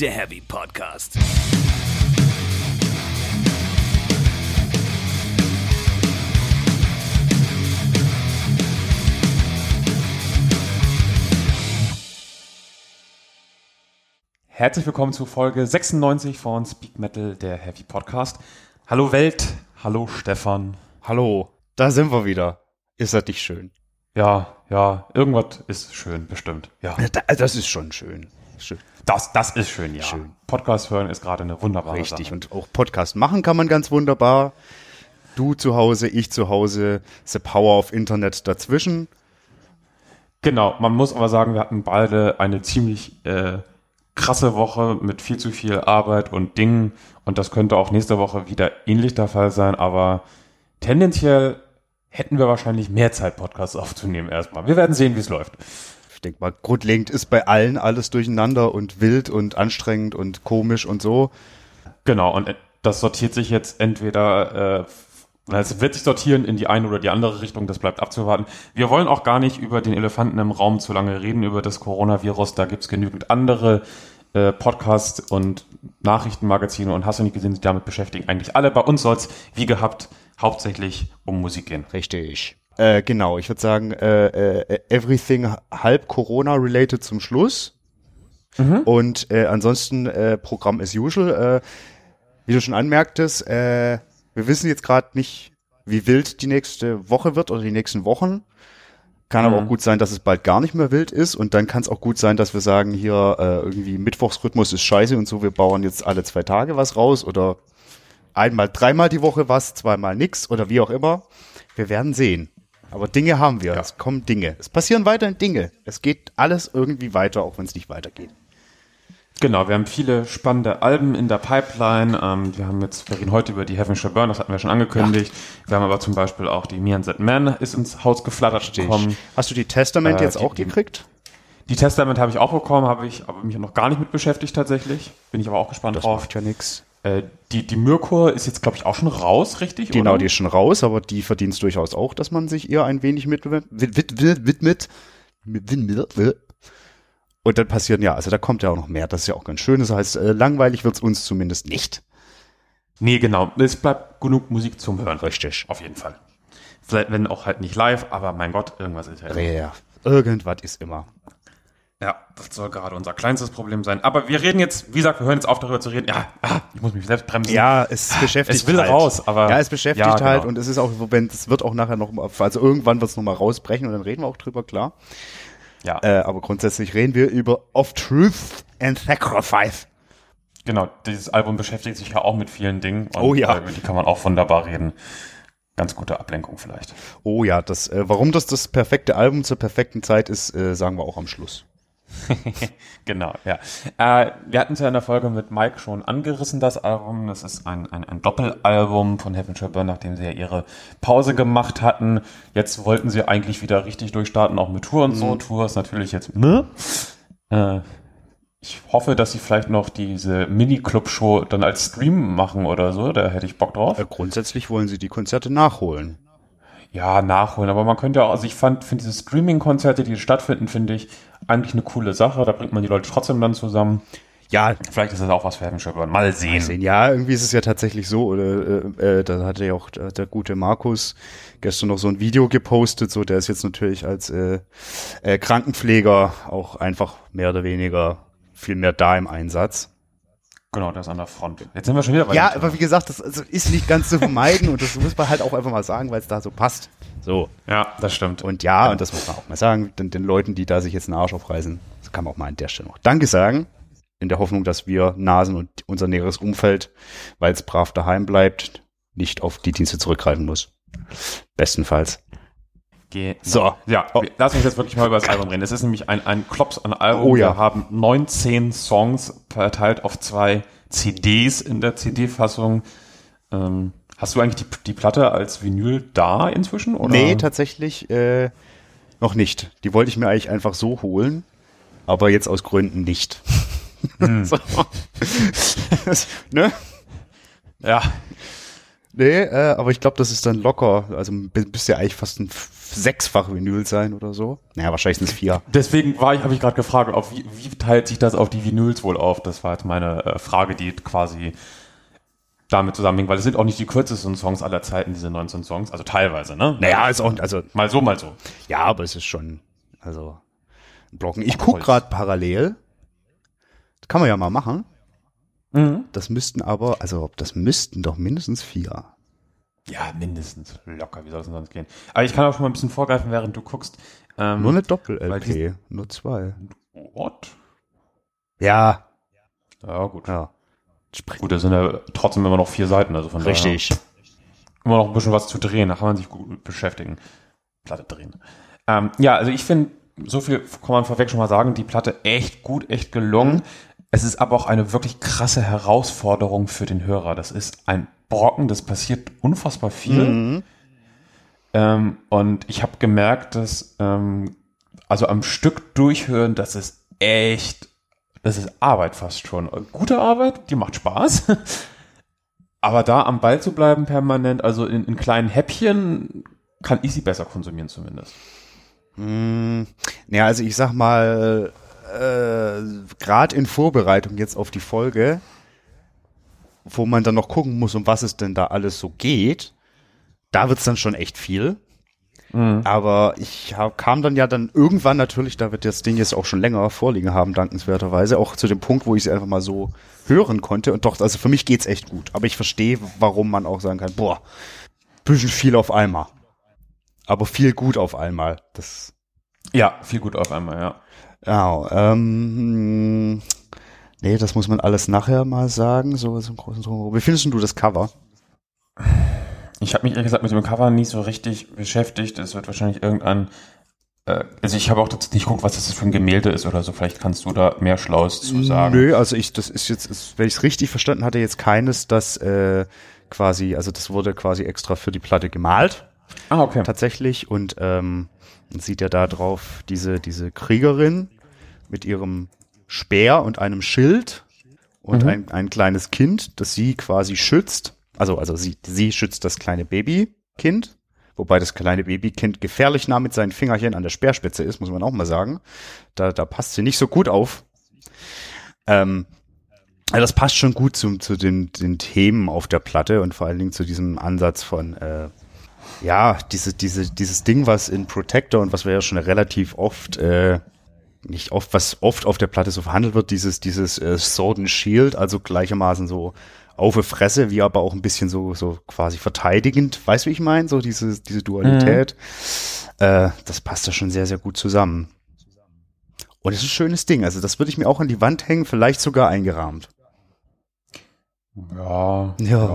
der Heavy Podcast. Herzlich willkommen zu Folge 96 von Speak Metal, der Heavy Podcast. Hallo Welt, hallo Stefan. Hallo, da sind wir wieder. Ist das nicht schön? Ja, irgendwas ist schön, bestimmt. Ja. Das ist schon schön. Das ist schön, ja. Schön. Podcast hören ist gerade eine wunderbare Richtig, Sache. und auch Podcast machen kann man ganz wunderbar. Du zu Hause, ich zu Hause, the power of Internet dazwischen. Genau, man muss aber sagen, wir hatten beide eine ziemlich krasse Woche mit viel zu viel Arbeit und Dingen und das könnte auch nächste Woche wieder ähnlich der Fall sein, aber tendenziell hätten wir wahrscheinlich mehr Zeit, Podcasts aufzunehmen erstmal. Wir werden sehen, wie es läuft. Ich denke mal, grundlegend ist bei allen alles durcheinander und wild und anstrengend und komisch und so. Genau, und das sortiert sich jetzt entweder, es wird sich sortieren in die eine oder die andere Richtung, das bleibt abzuwarten. Wir wollen auch gar nicht über den Elefanten im Raum zu lange reden, über das Coronavirus. Da gibt's genügend andere Podcasts und Nachrichtenmagazine und hast du nicht gesehen, sich damit beschäftigen. Eigentlich alle. Bei uns soll's wie gehabt hauptsächlich um Musik gehen. Richtig. Genau, ich würde sagen, everything halb Corona-related zum Schluss. Und ansonsten Programm as usual. Wie du schon anmerktest, wir wissen jetzt gerade nicht, wie wild die nächste Woche wird oder die nächsten Wochen. Kann aber auch gut sein, dass es bald gar nicht mehr wild ist. Und dann kann es auch gut sein, dass wir sagen, hier irgendwie Mittwochsrhythmus ist scheiße und so, wir bauen jetzt alle 2 Tage was raus oder einmal, dreimal die Woche was, zweimal nix oder wie auch immer. Wir werden sehen. Aber Dinge haben wir. Ja. Es kommen Dinge. Es passieren weiterhin Dinge. Es geht alles irgendwie weiter, auch wenn es nicht weitergeht. Genau, wir haben viele spannende Alben in der Pipeline. Wir reden heute über die Heaven Shall Burn, das hatten wir schon angekündigt. Ja. Wir haben aber zum Beispiel auch die Me and That Man ist ins Haus geflattert gekommen. Hast du die Testament jetzt auch gekriegt? Die Testament habe ich auch bekommen, habe ich aber mich noch gar nicht mit beschäftigt tatsächlich. Bin ich aber auch gespannt drauf. Das macht ja nix. Die Myrkur ist jetzt, glaube ich, auch schon raus, richtig? Genau, oder? Die ist schon raus, aber die verdient es durchaus auch, dass man sich ihr ein wenig widmet. Und dann passieren also da kommt ja auch noch mehr. Das ist ja auch ganz schön. Das heißt, langweilig wird's uns zumindest nicht. Nee, genau. Es bleibt genug Musik zum Hören. Richtig. Auf jeden Fall. Vielleicht, wenn auch halt nicht live, aber mein Gott, irgendwas ist ja. Ja, irgendwas ist immer. Ja, das soll gerade unser kleinstes Problem sein. Aber wir reden jetzt, wie gesagt, wir hören jetzt auf, darüber zu reden. Ja, ich muss mich selbst bremsen. Ja, es beschäftigt es will halt. Raus, aber. Ja, es beschäftigt ja, genau. halt und es ist auch, es wird auch nachher noch, also irgendwann wird es nochmal rausbrechen und dann reden wir auch drüber, klar. Ja. Aber grundsätzlich reden wir über Of Truth and Sacrifice. Genau, dieses Album beschäftigt sich ja auch mit vielen Dingen. Und oh ja. Über die kann man auch wunderbar reden. Ganz gute Ablenkung vielleicht. Oh ja, warum das perfekte Album zur perfekten Zeit ist, sagen wir auch am Schluss. Genau, ja. Wir hatten es ja in der Folge mit Mike schon angerissen, das Album. Das ist ein Doppelalbum von Heaven Shall Burn, nachdem sie ja ihre Pause gemacht hatten. Jetzt wollten sie eigentlich wieder richtig durchstarten, auch mit Tour und so. Tour ist natürlich jetzt ich hoffe, dass sie vielleicht noch diese Mini-Club-Show dann als Stream machen oder so. Da hätte ich Bock drauf. Grundsätzlich wollen sie die Konzerte nachholen. Ja, nachholen. Aber man könnte ja auch, also ich finde diese Streaming-Konzerte, die stattfinden, finde ich eigentlich eine coole Sache. Da bringt man die Leute trotzdem dann zusammen. Ja. Vielleicht ist das auch was für Heaven Shall Burn. Mal sehen. Ja, irgendwie ist es ja tatsächlich so. Oder da hatte ja auch der gute Markus gestern noch so ein Video gepostet. So, der ist jetzt natürlich als Krankenpfleger auch einfach mehr oder weniger viel mehr da im Einsatz. Genau, der ist an der Front. Jetzt sind wir schon wieder bei Ja, aber wie gesagt, das ist nicht ganz zu vermeiden und das muss man halt auch einfach mal sagen, weil es da so passt. So. Ja, das stimmt. Und ja, und das muss man auch mal sagen, den Leuten, die da sich jetzt einen Arsch aufreißen, das kann man auch mal an der Stelle noch Danke sagen, in der Hoffnung, dass wir Nasen und unser näheres Umfeld, weil es brav daheim bleibt, nicht auf die Dienste zurückgreifen muss. Bestenfalls. Genau. So. Ja, lass uns jetzt wirklich mal über das Album reden. Es ist nämlich ein Klops an Album. Oh ja. Wir haben 19 Songs verteilt auf 2 CDs in der CD-Fassung. Hast du eigentlich die Platte als Vinyl da inzwischen? Oder? Nee, tatsächlich noch nicht. Die wollte ich mir eigentlich einfach so holen, aber jetzt aus Gründen nicht. So. Ne? Ja. Nee, aber ich glaube, das ist dann locker. Also müsste ja eigentlich fast ein 6-fach Vinyl sein oder so. Naja, wahrscheinlich sind es 4. Deswegen habe ich gerade gefragt, wie teilt sich das auf die Vinyls wohl auf? Das war jetzt meine Frage, die quasi damit zusammenhängt, weil es sind auch nicht die kürzesten Songs aller Zeiten, diese 19 Songs, also teilweise, ne? Naja, ist auch, also. Mal so, mal so. Ja, aber es ist schon, also, Blocken. Ich guck gerade parallel. Das kann man ja mal machen. Mhm. Das müssten doch mindestens 4. Ja, mindestens. Locker, wie soll es denn sonst gehen? Aber ich kann auch schon mal ein bisschen vorgreifen, während du guckst. Nur eine Doppel-LP, nur 2. What? Ja. Ja, gut. Ja. Gut, das sind ja trotzdem immer noch 4 Seiten, also von Richtig. daher immer noch ein bisschen was zu drehen, da kann man sich gut mit beschäftigen. Platte drehen. Ja, also ich finde, so viel kann man vorweg schon mal sagen, die Platte echt gut, echt gelungen. Es ist aber auch eine wirklich krasse Herausforderung für den Hörer. Das ist ein Brocken, das passiert unfassbar viel. Und ich habe gemerkt, dass also am Stück durchhören, das ist Arbeit fast schon. Gute Arbeit, die macht Spaß. Aber da am Ball zu bleiben permanent, also in kleinen Häppchen, kann ich sie besser konsumieren zumindest. Ja, also ich sag mal, gerade in Vorbereitung jetzt auf die Folge, wo man dann noch gucken muss, um was es denn da alles so geht, da wird's dann schon echt viel. Aber ich kam dann ja irgendwann natürlich, da wird das Ding jetzt auch schon länger vorliegen haben, dankenswerterweise, auch zu dem Punkt, wo ich es einfach mal so hören konnte. Und doch, also für mich geht's echt gut. Aber ich verstehe, warum man auch sagen kann, boah, bisschen viel auf einmal. Aber viel gut auf einmal. Ja, viel gut auf einmal, ja. Ja, nee, das muss man alles nachher mal sagen. So im großen Drum. Wie findest du das Cover? Ich habe mich ehrlich gesagt mit dem Cover nie so richtig beschäftigt. Es wird wahrscheinlich also ich habe auch nicht geguckt, was das für ein Gemälde ist oder so. Vielleicht kannst du da mehr Schlaues zu sagen. Nö, also wenn ich es richtig verstanden hatte, jetzt keines, das quasi, also das wurde quasi extra für die Platte gemalt. Ah, okay. Tatsächlich. Und man sieht ja da drauf diese Kriegerin mit ihrem Speer und einem Schild und ein kleines Kind, das sie quasi schützt. Also sie schützt das kleine Babykind, wobei das kleine Babykind gefährlich nah mit seinen Fingerchen an der Speerspitze ist, muss man auch mal sagen. Da passt sie nicht so gut auf. Also das passt schon gut zu den Themen auf der Platte und vor allen Dingen zu diesem Ansatz von dieses Ding, was in Protector und was wir ja schon relativ oft was oft auf der Platte so verhandelt wird, dieses Sword and Shield, also gleichermaßen so auf die Fresse, wie aber auch ein bisschen so quasi verteidigend, weißt du, wie ich meine? So diese Dualität. Das passt da schon sehr, sehr gut zusammen. Und es ist ein schönes Ding. Also das würde ich mir auch an die Wand hängen, vielleicht sogar eingerahmt. Ja.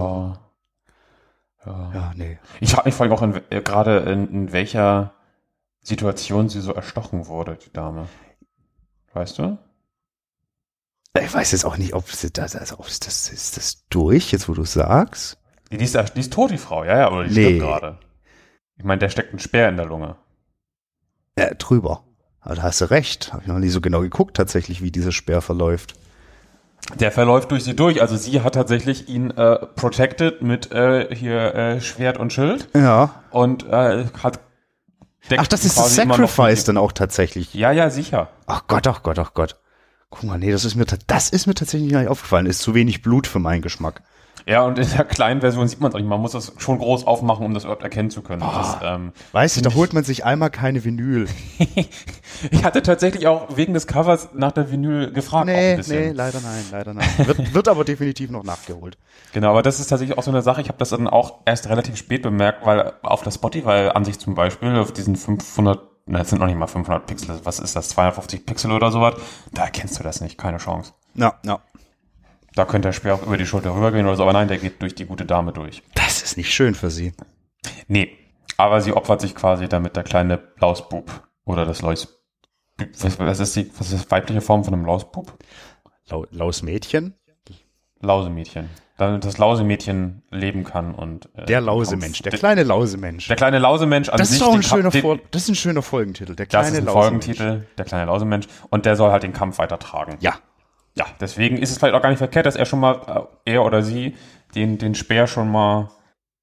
Ja, nee. Ich frage mich vor allem auch gerade in welcher Situation sie so erstochen wurde, die Dame. Weißt du? Ich weiß jetzt auch nicht, ob ist das durch, jetzt wo du sagst? Die ist tot, die Frau, ja, oder die stirbt gerade. Ich meine, der steckt ein Speer in der Lunge. Ja, drüber. Aber da hast du recht. Habe ich noch nie so genau geguckt, tatsächlich, wie dieser Speer verläuft. Der verläuft durch sie durch. Also sie hat tatsächlich ihn protected mit Schwert und Schild. Ja. Und hat Ach, das ist das Sacrifice dann auch tatsächlich. Ja, sicher. Ach Gott. Guck mal, nee, das ist mir tatsächlich nicht aufgefallen. Ist zu wenig Blut für meinen Geschmack. Ja, und in der kleinen Version sieht man es auch nicht. Man muss das schon groß aufmachen, um das überhaupt erkennen zu können. Weißt du, da holt man sich einmal keine Vinyl. Ich hatte tatsächlich auch wegen des Covers nach der Vinyl gefragt. Nee, leider nein. Wird aber definitiv noch nachgeholt. Genau, aber das ist tatsächlich auch so eine Sache. Ich habe das dann auch erst relativ spät bemerkt, weil auf der Spotify-Ansicht zum Beispiel, auf diesen 500, das sind noch nicht mal 500 Pixel, was ist das, 250 Pixel oder sowas, da erkennst du das nicht, keine Chance. Ja. Da könnte der Speer auch über die Schulter rübergehen oder so, aber nein, der geht durch die gute Dame durch. Das ist nicht schön für sie. Nee, aber sie opfert sich quasi, damit der kleine Lausbub oder das Laus... Was ist die weibliche Form von einem Lausbub? Lausmädchen? Lausemädchen. Damit das Lausemädchen leben kann und... der Lausemensch, der kleine Lausemensch. Der kleine Lausemensch an das sich... Ist auch das ist ein schöner Folgentitel, der kleine Lausemensch. Das ist ein Folgentitel, der kleine Lausemensch. Und der soll halt den Kampf weitertragen. Ja. Ja, deswegen ist es vielleicht auch gar nicht verkehrt, dass er schon mal, er oder sie, den Speer schon mal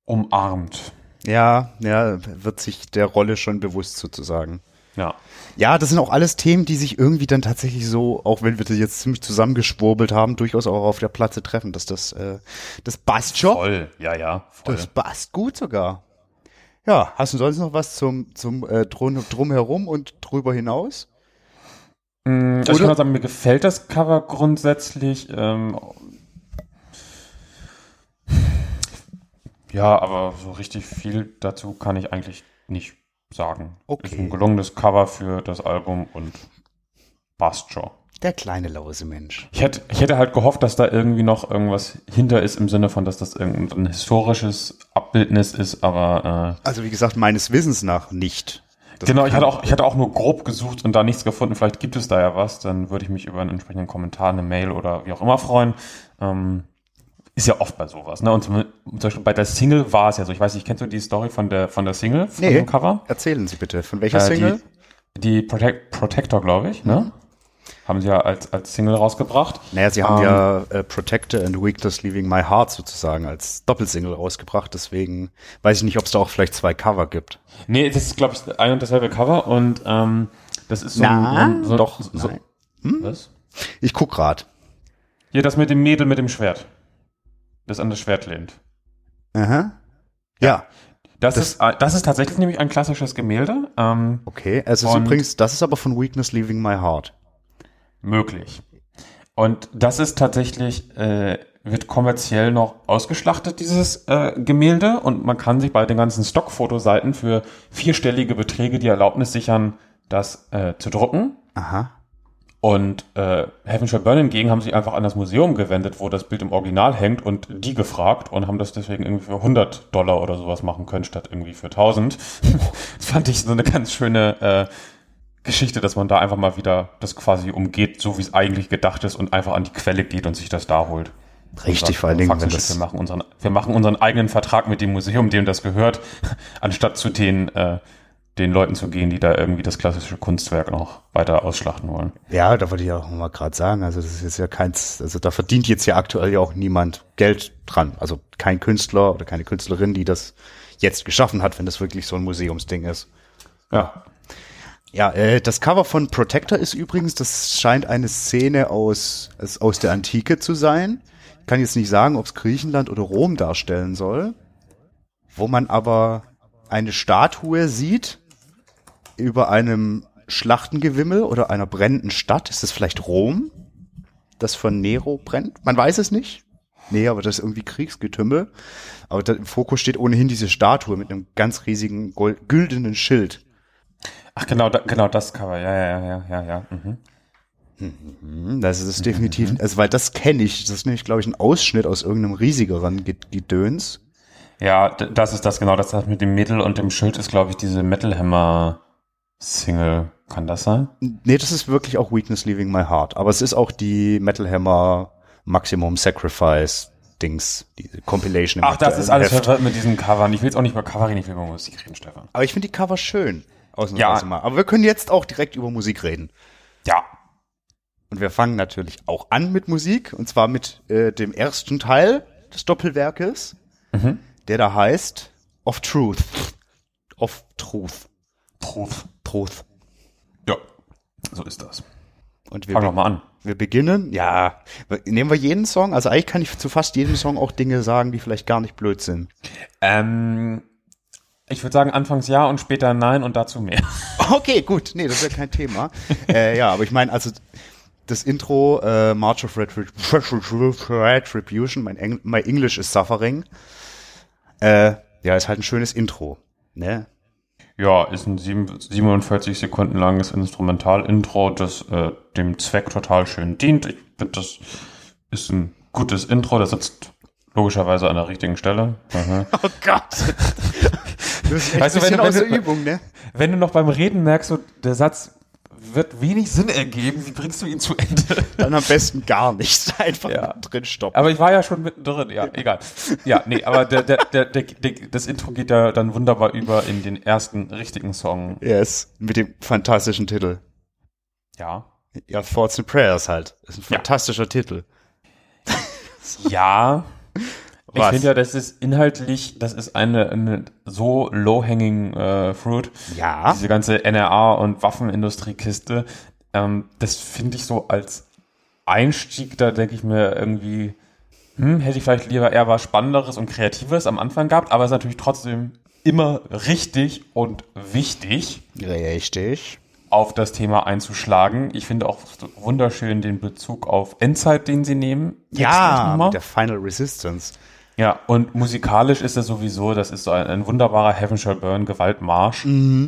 umarmt. Ja, wird sich der Rolle schon bewusst sozusagen. Ja. Ja, das sind auch alles Themen, die sich irgendwie dann tatsächlich so, auch wenn wir das jetzt ziemlich zusammengeschwurbelt haben, durchaus auch auf der Platte treffen, dass das passt schon. Voll, ja, voll. Das passt gut sogar. Ja, hast du sonst noch was zum Drumherum und drüber hinaus? Ich kann mal sagen, mir gefällt das Cover grundsätzlich. Ja, aber so richtig viel dazu kann ich eigentlich nicht sagen. Okay. Ist ein gelungenes Cover für das Album und passt schon. Der kleine lause Mensch. Ich hätte halt gehofft, dass da irgendwie noch irgendwas hinter ist, im Sinne von, dass das irgendein historisches Abbildnis ist, aber Also wie gesagt, meines Wissens nach nicht. Das genau, ich hatte auch nur grob gesucht und da nichts gefunden. Vielleicht gibt es da ja was, dann würde ich mich über einen entsprechenden Kommentar, eine Mail oder wie auch immer freuen. Ist ja oft bei sowas, ne? Und zum Beispiel bei der Single war es ja so. Ich weiß nicht, kennst du die Story von der Single, von dem Cover? Erzählen Sie bitte. Von welcher Single? Die Protector, glaube ich, ne? Haben sie ja als Single rausgebracht. Naja, sie haben ja Protector and Weakness Leaving My Heart sozusagen als Doppelsingle rausgebracht. Deswegen weiß ich nicht, ob es da auch vielleicht 2 Cover gibt. Nee, das ist, glaube ich, ein und dasselbe Cover. Und das ist so doch. Nein. Was? Ich guck grad. Hier, das mit dem Mädel mit dem Schwert. Das an das Schwert lehnt. Aha. Ja. Das ist tatsächlich nämlich ein klassisches Gemälde. Okay, es ist übrigens, das ist aber von Weakness Leaving My Heart. Möglich. Und das ist tatsächlich, wird kommerziell noch ausgeschlachtet, dieses Gemälde. Und man kann sich bei den ganzen Stockfotoseiten für 4-stellige Beträge die Erlaubnis sichern, das zu drucken. Aha. Und Heaven Shall Burn hingegen haben sich einfach an das Museum gewendet, wo das Bild im Original hängt und die gefragt und haben das deswegen irgendwie für $100 oder sowas machen können, statt irgendwie für 1.000. Das fand ich so eine ganz schöne Geschichte, dass man da einfach mal wieder das quasi umgeht, so wie es eigentlich gedacht ist und einfach an die Quelle geht und sich das da holt. Richtig, vor allen Dingen, wenn das... Wir machen unseren eigenen Vertrag mit dem Museum, dem das gehört, anstatt zu den Leuten zu gehen, die da irgendwie das klassische Kunstwerk noch weiter ausschlachten wollen. Ja, da wollte ich auch mal gerade sagen, also das ist jetzt ja also da verdient jetzt ja aktuell ja auch niemand Geld dran. Also kein Künstler oder keine Künstlerin, die das jetzt geschaffen hat, wenn das wirklich so ein Museumsding ist. Ja. Ja, das Cover von Protector ist übrigens, das scheint eine Szene aus der Antike zu sein. Ich kann jetzt nicht sagen, ob es Griechenland oder Rom darstellen soll, wo man aber eine Statue sieht über einem Schlachtengewimmel oder einer brennenden Stadt. Ist das vielleicht Rom, das von Nero brennt? Man weiß es nicht. Nee, aber das ist irgendwie Kriegsgetümmel. Aber da im Fokus steht ohnehin diese Statue mit einem ganz riesigen güldenen Schild. Ach, genau das Cover. Ja. Das ist definitiv, also weil das kenne ich. Das ist nämlich, glaube ich, ein Ausschnitt aus irgendeinem riesigeren Gedöns. Ja, das ist das, genau. Das mit dem Mädel und dem Schild ist, glaube ich, diese Metal Hammer Single. Kann das sein? Nee, das ist wirklich auch Weakness Leaving My Heart. Aber es ist auch die Metal Hammer Maximum Sacrifice Dings, diese Compilation. Ach, das ist alles verwirrt mit diesen Covern. Ich will jetzt auch nicht über Cover reden, ich will über Musik reden, Stefan. Aber ich finde die Cover schön. Ausnahmsweise mal. Aber wir können jetzt auch direkt über Musik reden. Ja. Und wir fangen natürlich auch an mit Musik. Und zwar mit dem ersten Teil des Doppelwerkes, der da heißt Of Truth. Of Truth. Truth. Ja, so ist das. Und Fang doch mal an. Wir beginnen, ja, nehmen wir jeden Song? Also eigentlich kann ich zu fast jedem Song auch Dinge sagen, die vielleicht gar nicht blöd sind. Ich würde sagen, anfangs ja und später nein und dazu mehr. Okay, gut. Nee, das ist ja kein Thema. Ja, aber ich meine, also das Intro, March of Retribution, my English is suffering. Ja, ist halt ein schönes Intro, ne? Ja, ist ein 47 Sekunden langes Instrumental-Intro, das dem Zweck total schön dient. Ich finde, das ist ein gutes Intro, das sitzt logischerweise an der richtigen Stelle. Oh Gott. Das ist echt weißt du, ein bisschen aus der Übung, ne? Wenn du noch beim Reden merkst, so, der Satz wird wenig Sinn ergeben, wie bringst du ihn zu Ende? Dann am besten gar nichts, einfach drin stoppen. Aber ich war ja schon mittendrin, ja, egal. Ja, nee, aber das Intro geht ja dann wunderbar über in den ersten richtigen Song. Yes, mit dem fantastischen Titel. Ja. Ja, Thoughts and Prayers halt. Das ist ein fantastischer Titel. Ja. Ich finde ja, das ist inhaltlich, das ist eine so low-hanging fruit. Ja. Diese ganze NRA- und Waffenindustriekiste. Das finde ich so als Einstieg, da denke ich mir irgendwie, hätte ich vielleicht lieber eher was Spannenderes und Kreatives am Anfang gehabt, aber es ist natürlich trotzdem immer richtig und wichtig, Richtig, auf das Thema einzuschlagen. Ich finde auch wunderschön den Bezug auf Endzeit, den sie nehmen. Ja, mit der Final Resistance. Ja, und musikalisch ist es sowieso, das ist so ein wunderbarer Heaven Shall Burn Gewaltmarsch.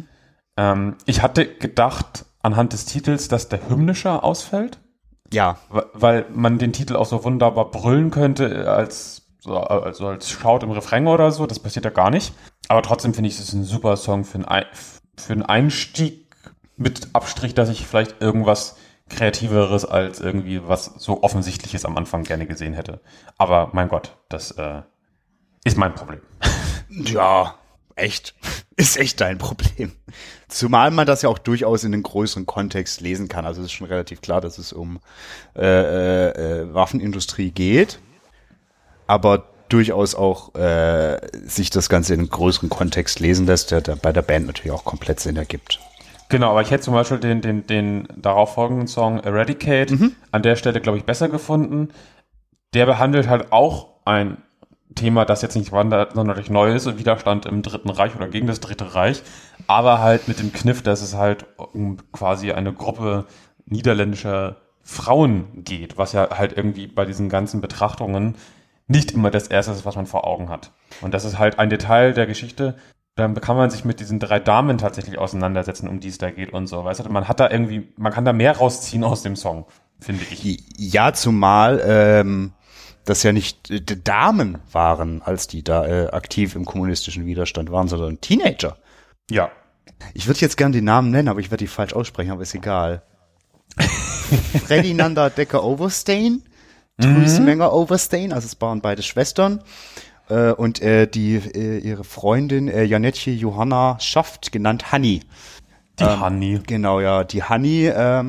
Ich hatte gedacht, anhand des Titels, dass der hymnischer ausfällt. Ja. Weil man den Titel auch so wunderbar brüllen könnte, als Shout im Refrain oder so. Das passiert ja gar nicht. Aber trotzdem finde ich, es ist ein super Song für einen Einstieg mit Abstrich, dass ich vielleicht irgendwas Kreativeres als irgendwie was so Offensichtliches am Anfang gerne gesehen hätte. Aber mein Gott, das ist mein Problem. Ja, echt. Ist echt dein Problem. Zumal man das ja auch durchaus in einen größeren Kontext lesen kann. Also es ist schon relativ klar, dass es um Waffenindustrie geht. Aber durchaus auch sich das Ganze in einen größeren Kontext lesen lässt, der bei der Band natürlich auch komplett Sinn ergibt. Genau, aber ich hätte zum Beispiel den darauf folgenden Song Eradicate an der Stelle, glaube ich, besser gefunden. Der behandelt halt auch ein Thema, das jetzt nicht sonderlich neu ist, und Widerstand im Dritten Reich oder gegen das Dritte Reich, aber halt mit dem Kniff, dass es halt um quasi eine Gruppe niederländischer Frauen geht, was ja halt irgendwie bei diesen ganzen Betrachtungen nicht immer das Erste ist, was man vor Augen hat. Und das ist halt ein Detail der Geschichte. Dann kann man sich mit diesen 3 Damen tatsächlich auseinandersetzen, um die es da geht und so. Weißt du, man kann da mehr rausziehen aus dem Song, finde ich. Ja, zumal das ja nicht Damen waren, als die da aktiv im kommunistischen Widerstand waren, sondern Teenager. Ja. Ich würde jetzt gern die Namen nennen, aber ich werde die falsch aussprechen, aber ist egal. Fredinanda Decker-Overstein, Truus Menger-Overstein, also es waren beide Schwestern. Und ihre Freundin Janetje Johanna Schaft, genannt Hanni. Die Hanni. Genau, ja. Die Hanni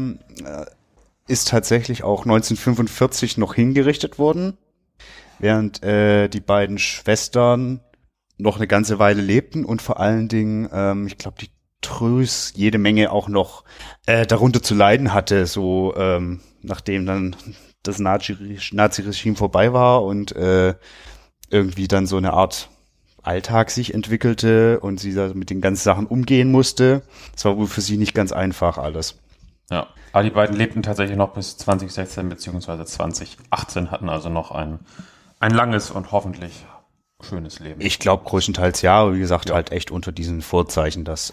ist tatsächlich auch 1945 noch hingerichtet worden, während die beiden Schwestern noch eine ganze Weile lebten und vor allen Dingen, ich glaube, die Truus jede Menge auch noch darunter zu leiden hatte, so nachdem dann das Nazi-Regime vorbei war und irgendwie dann so eine Art Alltag sich entwickelte und sie da mit den ganzen Sachen umgehen musste. Das war wohl für sie nicht ganz einfach alles. Ja, aber die beiden lebten tatsächlich noch bis 2016 bzw. 2018, hatten also noch ein langes und hoffentlich schönes Leben. Ich glaube größtenteils ja, aber wie gesagt, halt echt unter diesen Vorzeichen, dass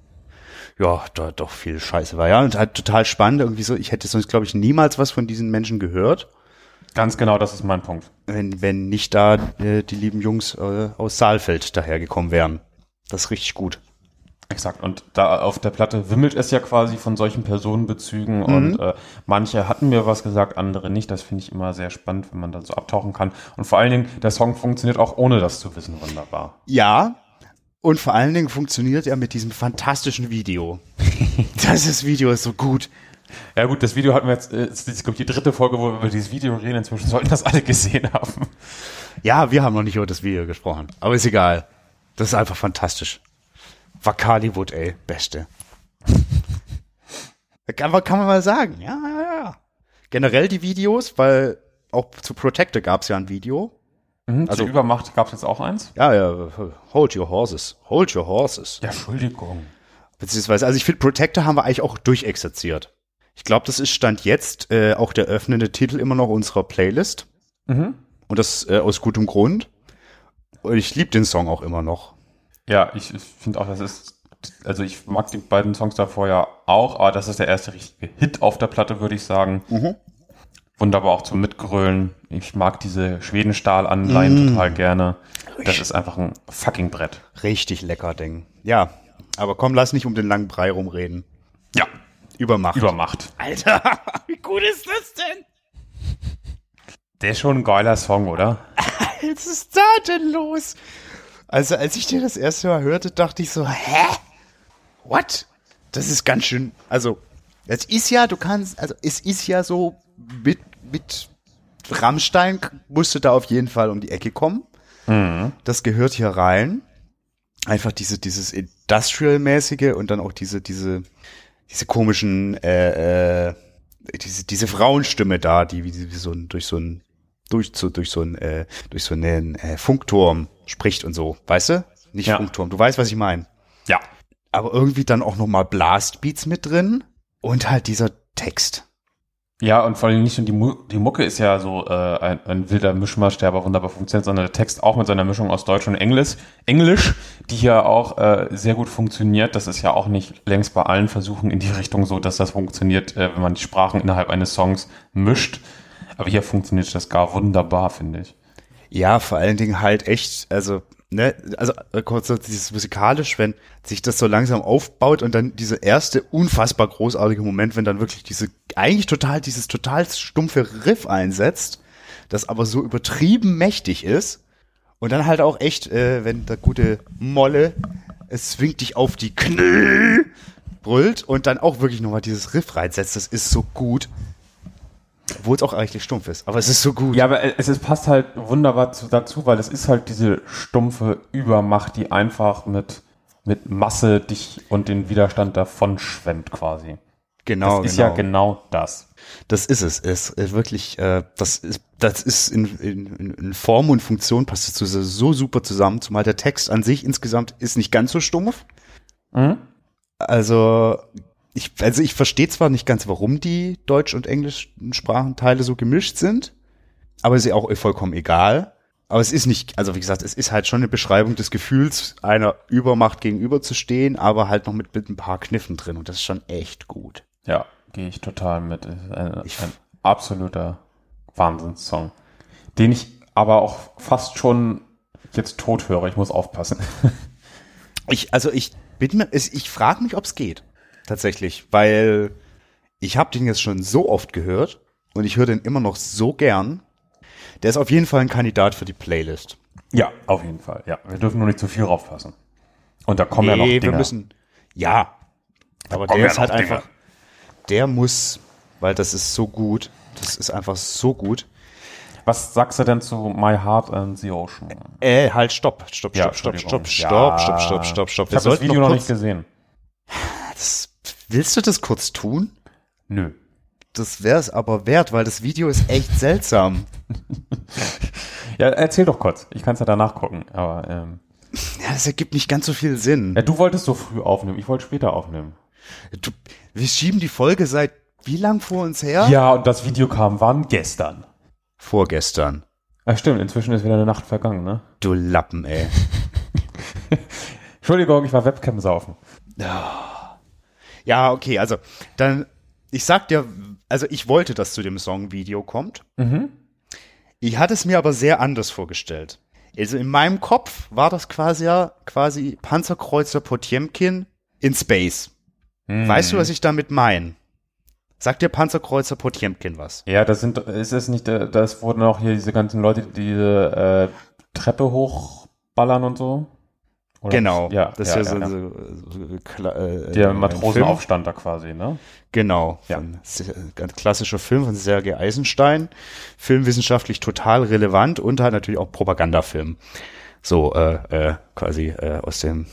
da doch viel Scheiße war. Ja, und halt total spannend, irgendwie so, ich hätte sonst, glaube ich, niemals was von diesen Menschen gehört. Ganz genau, das ist mein Punkt. Wenn nicht da die lieben Jungs aus Saalfeld dahergekommen wären. Das ist richtig gut. Exakt. Und da auf der Platte wimmelt es ja quasi von solchen Personenbezügen und manche hatten mir was gesagt, andere nicht. Das finde ich immer sehr spannend, wenn man da so abtauchen kann. Und vor allen Dingen, der Song funktioniert auch ohne das zu wissen wunderbar. Ja, und vor allen Dingen funktioniert er mit diesem fantastischen Video. Das Video ist so gut. Ja gut, das Video hatten wir jetzt, das ist glaube ich die 3. Folge, wo wir über dieses Video reden. Inzwischen sollten das alle gesehen haben. Ja, wir haben noch nicht über das Video gesprochen. Aber ist egal. Das ist einfach fantastisch. Wakaliwood, ey, beste. Kann man mal sagen. Ja. Generell die Videos, weil auch zu Protector gab es ja ein Video. Also zu Übermacht gab es jetzt auch eins? Ja, hold your horses. Hold your horses. Ja, Entschuldigung. Beziehungsweise, also ich finde, Protector haben wir eigentlich auch durchexerziert. Ich glaube, das ist Stand jetzt auch der öffnende Titel immer noch unserer Playlist. Und das aus gutem Grund. Und ich liebe den Song auch immer noch. Ja, ich finde auch, das ist, also ich mag die beiden Songs davor ja auch, aber das ist der erste richtige Hit auf der Platte, würde ich sagen. Wunderbar auch zum Mitgrölen. Ich mag diese Schwedenstahl-Anleihen total gerne. Das ist einfach ein fucking Brett. Richtig lecker Ding. Ja, aber komm, lass nicht um den langen Brei rumreden. Ja. Übermacht. Alter, wie gut ist das denn? Der ist schon ein geiler Song, oder? Was ist da denn los? Also, als ich dir das erste Mal hörte, dachte ich so, hä? What? Das ist ganz schön, also, es ist ja, es ist ja so, mit Rammstein musst du da auf jeden Fall um die Ecke kommen. Das gehört hier rein. Einfach dieses Industrial-mäßige und dann auch diese komischen, diese Frauenstimme da, die wie so ein, durch so einen Funkturm spricht und so, weißt du? Nicht Funkturm, du weißt, was ich meine. Ja. Aber irgendwie dann auch nochmal Blastbeats mit drin und halt dieser Text. Ja, und vor allem nicht nur die Mucke ist ja so ein wilder Mischmasch, der aber wunderbar funktioniert, sondern der Text auch mit seiner Mischung aus Deutsch und Englisch, die hier auch sehr gut funktioniert. Das ist ja auch nicht längst bei allen Versuchen in die Richtung so, dass das funktioniert, wenn man die Sprachen innerhalb eines Songs mischt. Aber hier funktioniert das gar wunderbar, finde ich. Ja, vor allen Dingen halt echt, also kurz so dieses musikalisch, wenn sich das so langsam aufbaut und dann dieser erste unfassbar großartige Moment, wenn dann wirklich dieses total stumpfe Riff einsetzt, das aber so übertrieben mächtig ist und dann halt auch echt, wenn der gute Molle, es zwingt dich auf die Knie, brüllt und dann auch wirklich nochmal dieses Riff reinsetzt, das ist so gut. Obwohl es auch eigentlich stumpf ist, aber es ist so gut. Ja, aber passt halt wunderbar dazu, weil es ist halt diese stumpfe Übermacht, die einfach mit Masse dich und den Widerstand davon schwemmt quasi. Genau, das ist ja genau das. Das ist es. Es ist wirklich, das ist in Form und Funktion passt es so super zusammen, zumal der Text an sich insgesamt ist nicht ganz so stumpf. Mhm. Also ich verstehe zwar nicht ganz, warum die deutsch- und englischen Sprachenteile so gemischt sind, aber ist ja auch vollkommen egal. Aber es ist nicht, also wie gesagt, es ist halt schon eine Beschreibung des Gefühls, einer Übermacht gegenüberzustehen, aber halt noch mit ein paar Kniffen drin und das ist schon echt gut. Ja, gehe ich total mit. Ein absoluter Wahnsinnssong, den ich aber auch fast schon jetzt tot höre. Ich muss aufpassen. Ich frage mich, ob es geht. Tatsächlich, weil ich habe den jetzt schon so oft gehört und ich höre den immer noch so gern. Der ist auf jeden Fall ein Kandidat für die Playlist. Ja, auf jeden Fall. Ja, wir dürfen nur nicht zu viel raufpassen. Und da kommen ja noch Dinge. Aber der ist halt einfach, der muss, weil das ist so gut. Das ist einfach so gut. Was sagst du denn zu My Heart and the Ocean? Halt, stopp. Ich Wir habe das Video noch nicht gesehen. Willst du das kurz tun? Nö. Das wäre es aber wert, weil das Video ist echt seltsam. Ja, erzähl doch kurz. Ich kann es ja danach gucken. Aber ja, das ergibt nicht ganz so viel Sinn. Ja, du wolltest so früh aufnehmen. Ich wollte später aufnehmen. Wir schieben die Folge seit wie lang vor uns her? Ja, und das Video kam wann? Gestern. Vorgestern. Ach stimmt, inzwischen ist wieder eine Nacht vergangen, ne? Du Lappen, ey. Entschuldigung, ich war Webcam saufen. Ja, okay, also dann, ich sag dir, also ich wollte, dass zu dem Song Video kommt. Mhm. Ich hatte es mir aber sehr anders vorgestellt. Also in meinem Kopf war das quasi Panzerkreuzer Potjemkin in Space. Weißt du, was ich damit meine? Sagt dir Panzerkreuzer Potjemkin was? Ja, ist es nicht, das wurden auch hier diese ganzen Leute, die diese Treppe hochballern und so? Oder genau. Ja, das ist ja. Der Matrosenaufstand da quasi, ne? Genau. Ja. Ganz klassischer Film von Sergei Eisenstein. Filmwissenschaftlich total relevant und halt natürlich auch Propagandafilm. So, quasi aus dem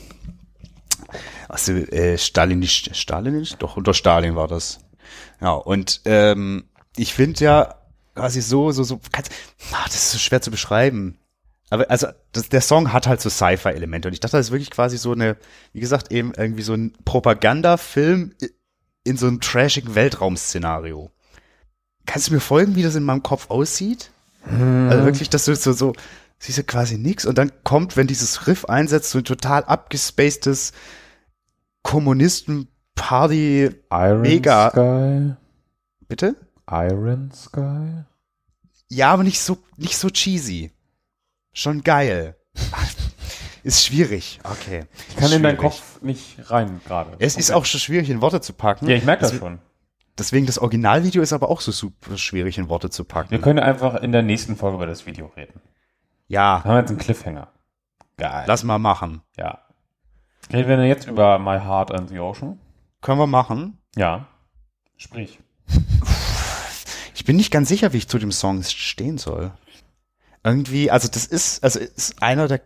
Stalinisch? Doch, unter Stalin war das. Ja, und ich finde ja quasi so, das ist so schwer zu beschreiben. Aber also der Song hat halt so Sci-Fi-Elemente und ich dachte, das ist wirklich quasi so eine, wie gesagt, eben irgendwie so ein Propagandafilm in so einem trashigen Weltraum-Szenario. Kannst du mir folgen, wie das in meinem Kopf aussieht? Also wirklich, dass du so siehst du quasi nix und dann kommt, wenn dieses Riff einsetzt, so ein total abgespacedes Kommunisten-Party mega. Sky? Bitte? Iron Sky? Ja, aber nicht so cheesy. Schon geil. Ist schwierig. Okay. Ich kann in deinen Kopf nicht rein gerade. Es ist auch schon schwierig, in Worte zu packen. Ja, ich merke das schon. Deswegen das Originalvideo ist aber auch so super schwierig, in Worte zu packen. Wir können einfach in der nächsten Folge über das Video reden. Ja. Da haben wir jetzt einen Cliffhanger. Geil. Lass mal machen. Ja. Reden wir denn jetzt über My Heart and the Ocean? Können wir machen. Ja. Sprich. Ich bin nicht ganz sicher, wie ich zu dem Song stehen soll. Irgendwie, also ist einer der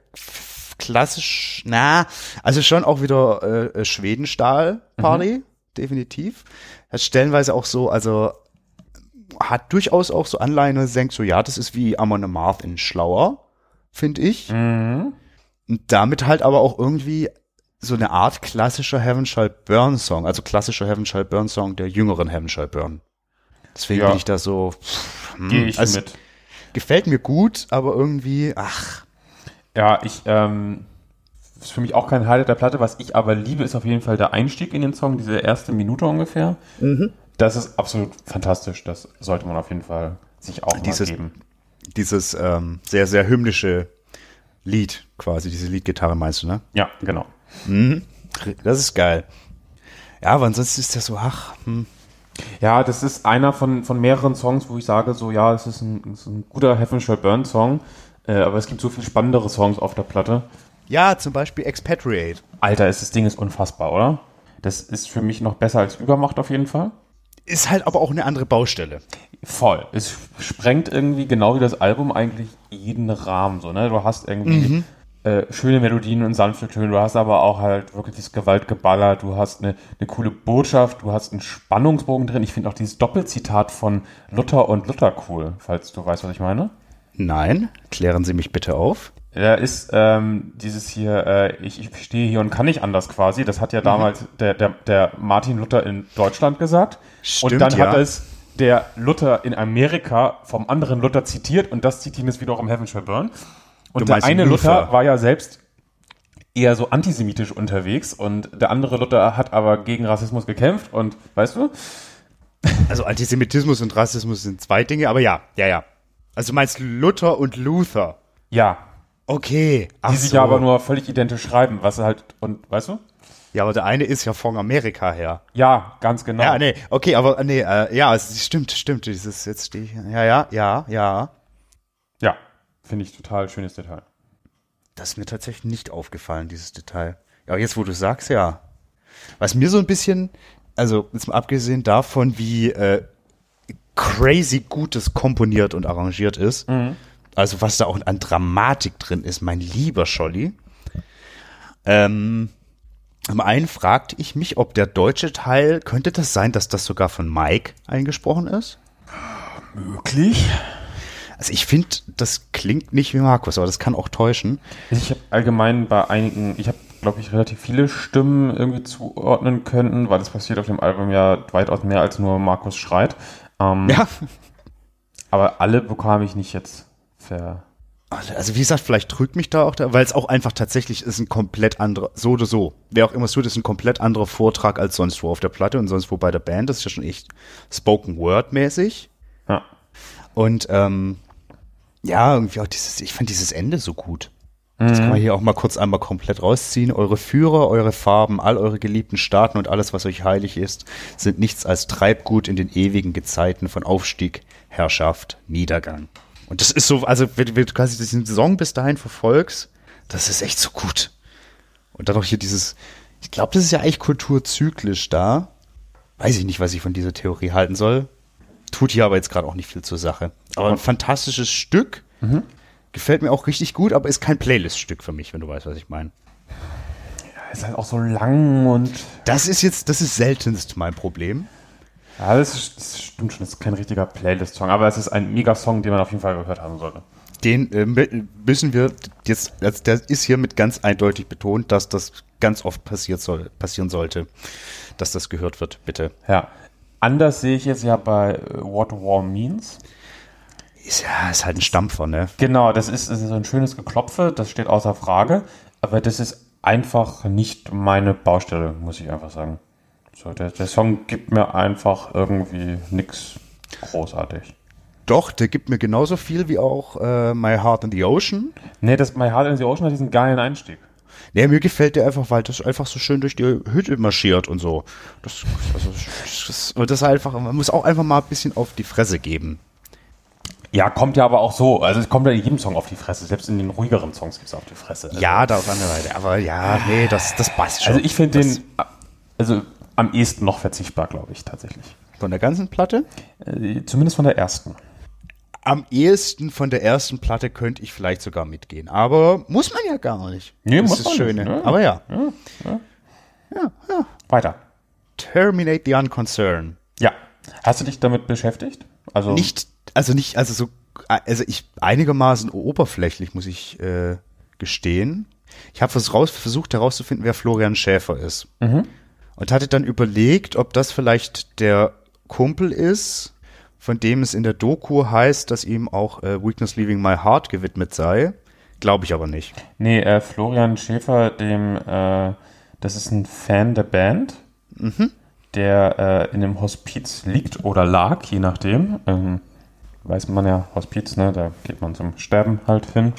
also schon auch wieder Schwedenstahl-Party, definitiv. Hat stellenweise auch so, also hat durchaus auch so Anleihen, denkt so, ja, das ist wie Amon Amarth in schlauer, finde ich. Und damit halt aber auch irgendwie so eine Art klassischer Heaven Shall Burn Song, also klassischer Heaven Shall Burn Song der jüngeren Heaven Shall Burn. Deswegen bin ich da so, gehe ich also, mit. Gefällt mir gut, aber irgendwie, Ja, ist für mich auch kein Highlight der Platte. Was ich aber liebe, ist auf jeden Fall der Einstieg in den Song, diese erste Minute ungefähr. Das ist absolut fantastisch. Das sollte man auf jeden Fall sich auch mal geben. Dieses sehr, sehr hymnische Lied quasi, diese Leadgitarre meinst du, ne? Ja, genau. Das ist geil. Ja, aber ansonsten ist der so, Ja, das ist einer von mehreren Songs, wo ich sage, so, ja, es ist ein guter Heaven Shall Burn Song, aber es gibt so viel spannendere Songs auf der Platte. Ja, zum Beispiel Expatriate. Alter, das Ding ist unfassbar, oder? Das ist für mich noch besser als Übermacht auf jeden Fall. Ist halt aber auch eine andere Baustelle. Voll. Es sprengt irgendwie, genau wie das Album, eigentlich jeden Rahmen, so, ne? Du hast irgendwie schöne Melodien und sanfte Töne, du hast aber auch halt wirklich das Gewaltgeballer, du hast eine coole Botschaft, du hast einen Spannungsbogen drin. Ich finde auch dieses Doppelzitat von Luther und Luther cool, falls du weißt, was ich meine. Nein, klären Sie mich bitte auf. Da ist dieses hier, ich stehe hier und kann nicht anders quasi, das hat ja damals der Martin Luther in Deutschland gesagt. Stimmt, und dann hat es der Luther in Amerika vom anderen Luther zitiert und das zitieren ist wiederum Heaven Shall Burn. Und der eine Luther war ja selbst eher so antisemitisch unterwegs und der andere Luther hat aber gegen Rassismus gekämpft und, weißt du? Also Antisemitismus und Rassismus sind zwei Dinge, aber ja. Also du meinst Luther und Luther? Ja. Okay. Die sich ja aber nur völlig identisch schreiben, was halt, und, weißt du? Ja, aber der eine ist ja von Amerika her. Ja, ganz genau. Ja, nee, okay, aber ja, es stimmt, dieses, jetzt stehe ich, ja. Ja, finde ich total schönes Detail. Das ist mir tatsächlich nicht aufgefallen, dieses Detail. Ja, jetzt wo du sagst, ja. Was mir so ein bisschen, also jetzt mal abgesehen davon, wie crazy gut das komponiert und arrangiert ist, also was da auch an Dramatik drin ist, mein lieber Scholli. Am einen fragte ich mich, ob der deutsche Teil, könnte das sein, dass das sogar von Mike eingesprochen ist? Möglich. Also ich finde, das klingt nicht wie Markus, aber das kann auch täuschen. Ich habe allgemein bei einigen, ich habe, glaube ich, relativ viele Stimmen irgendwie zuordnen können, weil das passiert auf dem Album ja weitaus mehr als nur Markus schreit. Ja. Aber alle bekam ich nicht jetzt Also wie gesagt, vielleicht trügt mich da auch, weil es auch einfach tatsächlich ist ein komplett anderer, so oder so. Wer auch immer es tut, ist ein komplett anderer Vortrag als sonst wo auf der Platte und sonst wo bei der Band. Das ist ja schon echt Spoken Word mäßig. Ja. Und ja, irgendwie auch ich fand dieses Ende so gut. Das kann man hier auch mal kurz einmal komplett rausziehen. Eure Führer, eure Farben, all eure geliebten Staaten und alles, was euch heilig ist, sind nichts als Treibgut in den ewigen Gezeiten von Aufstieg, Herrschaft, Niedergang. Und das ist so, also wenn du quasi diesen Song bis dahin verfolgst, das ist echt so gut. Und dann auch hier dieses, ich glaube, das ist ja eigentlich kulturzyklisch da. Weiß ich nicht, was ich von dieser Theorie halten soll. Tut hier aber jetzt gerade auch nicht viel zur Sache. Aber ein fantastisches Stück. Gefällt mir auch richtig gut, aber ist kein Playlist-Stück für mich, wenn du weißt, was ich meine. Ja, ist halt auch so lang und... Das ist seltenst mein Problem. Ja, das stimmt schon, das ist kein richtiger Playlist-Song, aber es ist ein Mega-Song, den man auf jeden Fall gehört haben sollte. Den müssen wir jetzt, also der ist hiermit ganz eindeutig betont, dass das ganz oft passieren sollte, dass das gehört wird, bitte. Ja, anders sehe ich jetzt ja bei What War Means. Ist halt ein Stampfer, ne? Genau, das ist so ein schönes Geklopfe, das steht außer Frage, aber das ist einfach nicht meine Baustelle, muss ich einfach sagen. So, der Song gibt mir einfach irgendwie nix großartig. Doch, der gibt mir genauso viel wie auch My Heart in the Ocean. Nee, das My Heart in the Ocean hat diesen geilen Einstieg. Nee, mir gefällt der einfach, weil das einfach so schön durch die Hütte marschiert und so. Das einfach, man muss auch einfach mal ein bisschen auf die Fresse geben. Ja, kommt ja aber auch so. Also es kommt ja in jedem Song auf die Fresse. Selbst in den ruhigeren Songs gibt es auf die Fresse. Also, ja, da auf andere Seite. Aber ja, nee, das passt schon. Also ich finde den, also am ehesten noch verzichtbar, glaube ich, tatsächlich. Von der ganzen Platte? Zumindest von der ersten. am ehesten von der ersten Platte könnte ich vielleicht sogar mitgehen. Aber muss man ja gar nicht. Nee, das muss ist man das Schöne. nicht, ne? Aber ja. Ja. Weiter. Terminate the Unconcern. Ja. Hast du dich damit beschäftigt? Also ich einigermaßen oberflächlich, muss ich gestehen. Ich habe versucht herauszufinden, wer Florian Schäfer ist. Und hatte dann überlegt, ob das vielleicht der Kumpel ist, von dem es in der Doku heißt, dass ihm auch Weakness Leaving My Heart gewidmet sei. Glaube ich aber nicht. Nee, Florian Schäfer, das ist ein Fan der Band, der in dem Hospiz liegt oder lag, je nachdem. Weiß man ja, Hospiz, ne, da geht man zum Sterben halt hin.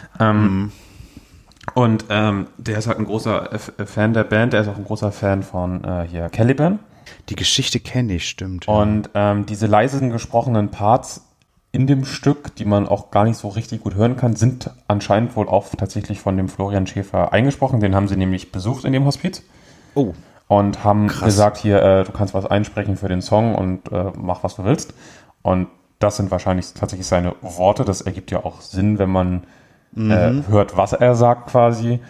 Und der ist halt ein großer Fan der Band, der ist auch ein großer Fan von hier Caliban. Die Geschichte kenne ich, stimmt. Und diese leisen gesprochenen Parts in dem Stück, die man auch gar nicht so richtig gut hören kann, sind anscheinend wohl auch tatsächlich von dem Florian Schäfer eingesprochen. Den haben sie nämlich besucht in dem Hospiz. Oh. Und haben gesagt, hier, du kannst was einsprechen für den Song und mach, was du willst. Und das sind wahrscheinlich tatsächlich seine Worte. Das ergibt ja auch Sinn, wenn man hört, was er sagt quasi.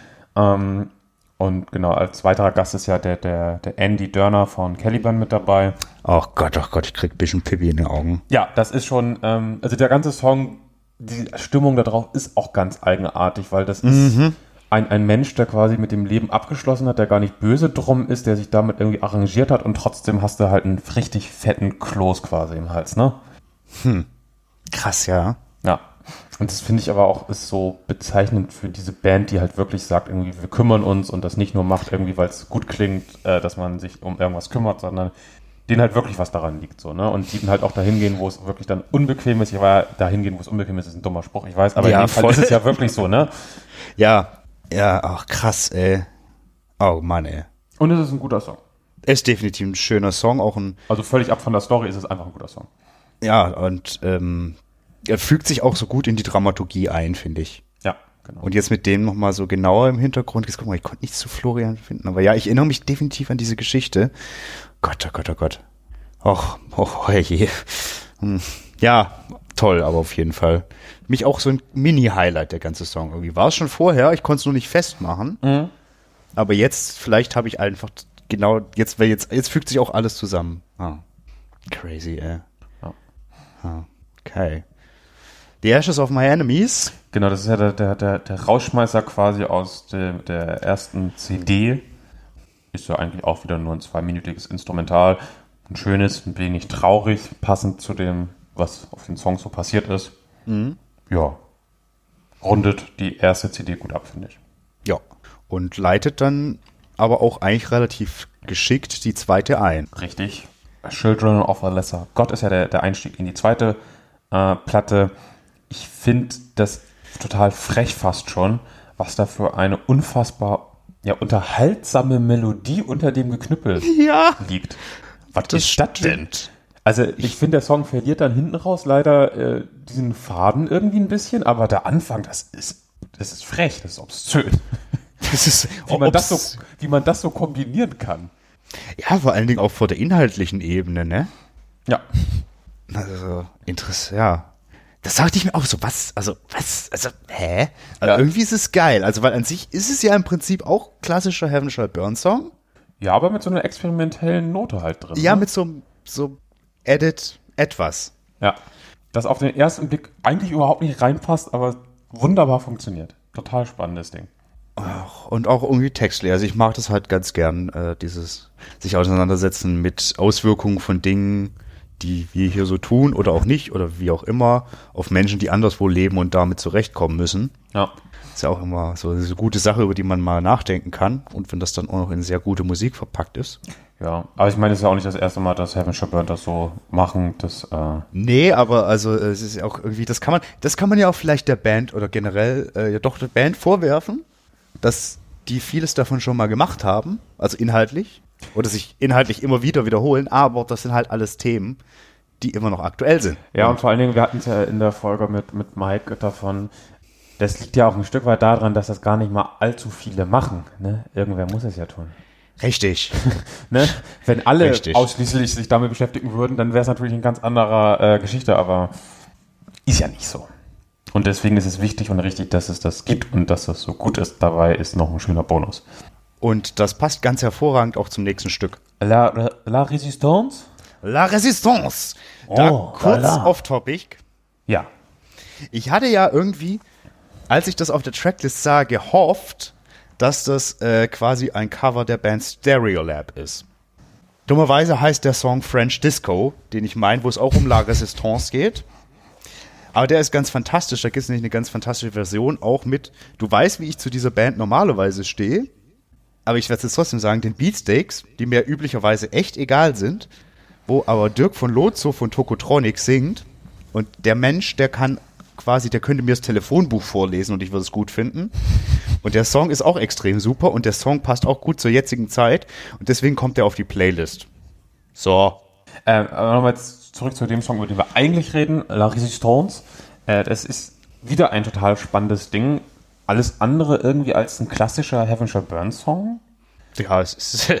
Und genau, als weiterer Gast ist ja der Andy Dörner von Caliban mit dabei. Oh Gott, ich krieg ein bisschen Pipi in den Augen. Ja, das ist schon, also der ganze Song, die Stimmung da drauf ist auch ganz eigenartig, weil das ist ein Mensch, der quasi mit dem Leben abgeschlossen hat, der gar nicht böse drum ist, der sich damit irgendwie arrangiert hat und trotzdem hast du halt einen richtig fetten Kloß quasi im Hals, ne? Krass, ja. Ja. Und das finde ich aber auch ist so bezeichnend für diese Band, die halt wirklich sagt, irgendwie, wir kümmern uns und das nicht nur macht irgendwie, weil es gut klingt, dass man sich um irgendwas kümmert, sondern denen halt wirklich was daran liegt, so, ne? Und die dann halt auch dahin gehen, wo es wirklich dann unbequem ist. Ich war ja dahin gehen, wo es unbequem ist ein dummer Spruch, ich weiß, aber ja, in dem Fall ist es ja wirklich so, ne? Ja, ach krass, ey. Oh Mann, ey. Und es ist ein guter Song. Es ist definitiv ein schöner Song, auch ein. Also völlig ab von der Story ist es einfach ein guter Song. Ja, und er fügt sich auch so gut in die Dramaturgie ein, finde ich. Ja, genau. Und jetzt mit dem nochmal so genauer im Hintergrund. Jetzt guck mal, ich konnte nichts zu Florian finden. Aber ja, ich erinnere mich definitiv an diese Geschichte. Gott, oh Gott, oh Gott. Och, je. Ja, toll, aber auf jeden Fall. Mich auch so ein Mini-Highlight, der ganze Song irgendwie. War es schon vorher, ich konnte es nur nicht festmachen. Aber jetzt, vielleicht habe ich einfach genau, jetzt fügt sich auch alles zusammen. Crazy, ey. Ja. Okay. The Ashes of My Enemies. Genau, das ist ja der Rausschmeißer quasi aus der ersten CD. Ist ja eigentlich auch wieder nur ein 2-minütiges Instrumental. Ein schönes, ein wenig traurig, passend zu dem, was auf den Songs so passiert ist. Ja. Rundet die erste CD gut ab, finde ich. Ja. Und leitet dann aber auch eigentlich relativ geschickt die zweite ein. Richtig. Children of a Lesser God ist ja der Einstieg in die zweite Platte. Ich finde das total frech fast schon, was da für eine unfassbar unterhaltsame Melodie unter dem Geknüppel liegt. Was ist das denn? Also ich finde, der Song verliert dann hinten raus leider diesen Faden irgendwie ein bisschen, aber der Anfang, das ist frech, das ist obszön. Das ist wie man das so kombinieren kann. Ja, vor allen Dingen auch vor der inhaltlichen Ebene, ne? Ja. Also, interessant, ja. Das sagte ich mir auch so, hä? Also irgendwie ist es geil, also weil an sich ist es ja im Prinzip auch klassischer Heaven Shall Burn Song. Ja, aber mit so einer experimentellen Note halt drin. Ja, ne? mit so Edit etwas. Ja, das auf den ersten Blick eigentlich überhaupt nicht reinpasst, aber wunderbar funktioniert. Total spannendes Ding. Und auch irgendwie textleer. Also ich mag das halt ganz gern, dieses sich auseinandersetzen mit Auswirkungen von Dingen, die wir hier so tun oder auch nicht oder wie auch immer, auf Menschen, die anderswo leben und damit zurechtkommen müssen. Ja. Ist ja auch immer so eine gute Sache, über die man mal nachdenken kann. Und wenn das dann auch noch in sehr gute Musik verpackt ist. Ja, aber ich meine, es ist ja auch nicht das erste Mal, dass Heaven Shall Burn das so machen. Nee, aber also es ist ja auch irgendwie, das kann man ja auch vielleicht der Band oder generell der Band vorwerfen, dass die vieles davon schon mal gemacht haben, also inhaltlich, oder sich inhaltlich immer wieder wiederholen, aber das sind halt alles Themen, die immer noch aktuell sind. Ja, und vor allen Dingen, wir hatten es ja in der Folge mit Mike davon, das liegt ja auch ein Stück weit daran, dass das gar nicht mal allzu viele machen. Ne? Irgendwer muss es ja tun. Richtig. Ne? Wenn alle ausschließlich sich damit beschäftigen würden, dann wäre es natürlich eine ganz andere Geschichte, aber Ist ja nicht so. Und deswegen ist es wichtig und richtig, dass es das gibt und dass das so gut ist. Dabei ist noch ein schöner Bonus. Und das passt ganz hervorragend auch zum nächsten Stück. La Résistance? La Résistance. Da kurz off-topic. Ja. Ich hatte ja irgendwie, als ich das auf der Tracklist sah, gehofft, dass das quasi ein Cover der Band Stereolab ist. Dummerweise heißt der Song French Disco, den ich meine, wo es auch um La Résistance geht. Aber der ist ganz fantastisch, da gibt es nämlich eine ganz fantastische Version, auch mit, du weißt, wie ich zu dieser Band normalerweise stehe, aber ich werde es jetzt trotzdem sagen, den Beatsteaks, die mir üblicherweise echt egal sind, wo aber Dirk von Lozo von Tokotronic singt und der Mensch, der kann quasi, der könnte mir das Telefonbuch vorlesen und ich würde es gut finden. Und der Song ist auch extrem super und der Song passt auch gut zur jetzigen Zeit und deswegen kommt er auf die Playlist. So. Aber nochmal jetzt zurück zu dem Song, über den wir eigentlich reden, La Résistance. Das ist wieder ein total spannendes Ding. Alles andere irgendwie als ein klassischer Heaven Shall Burn Song. Ja, es ist,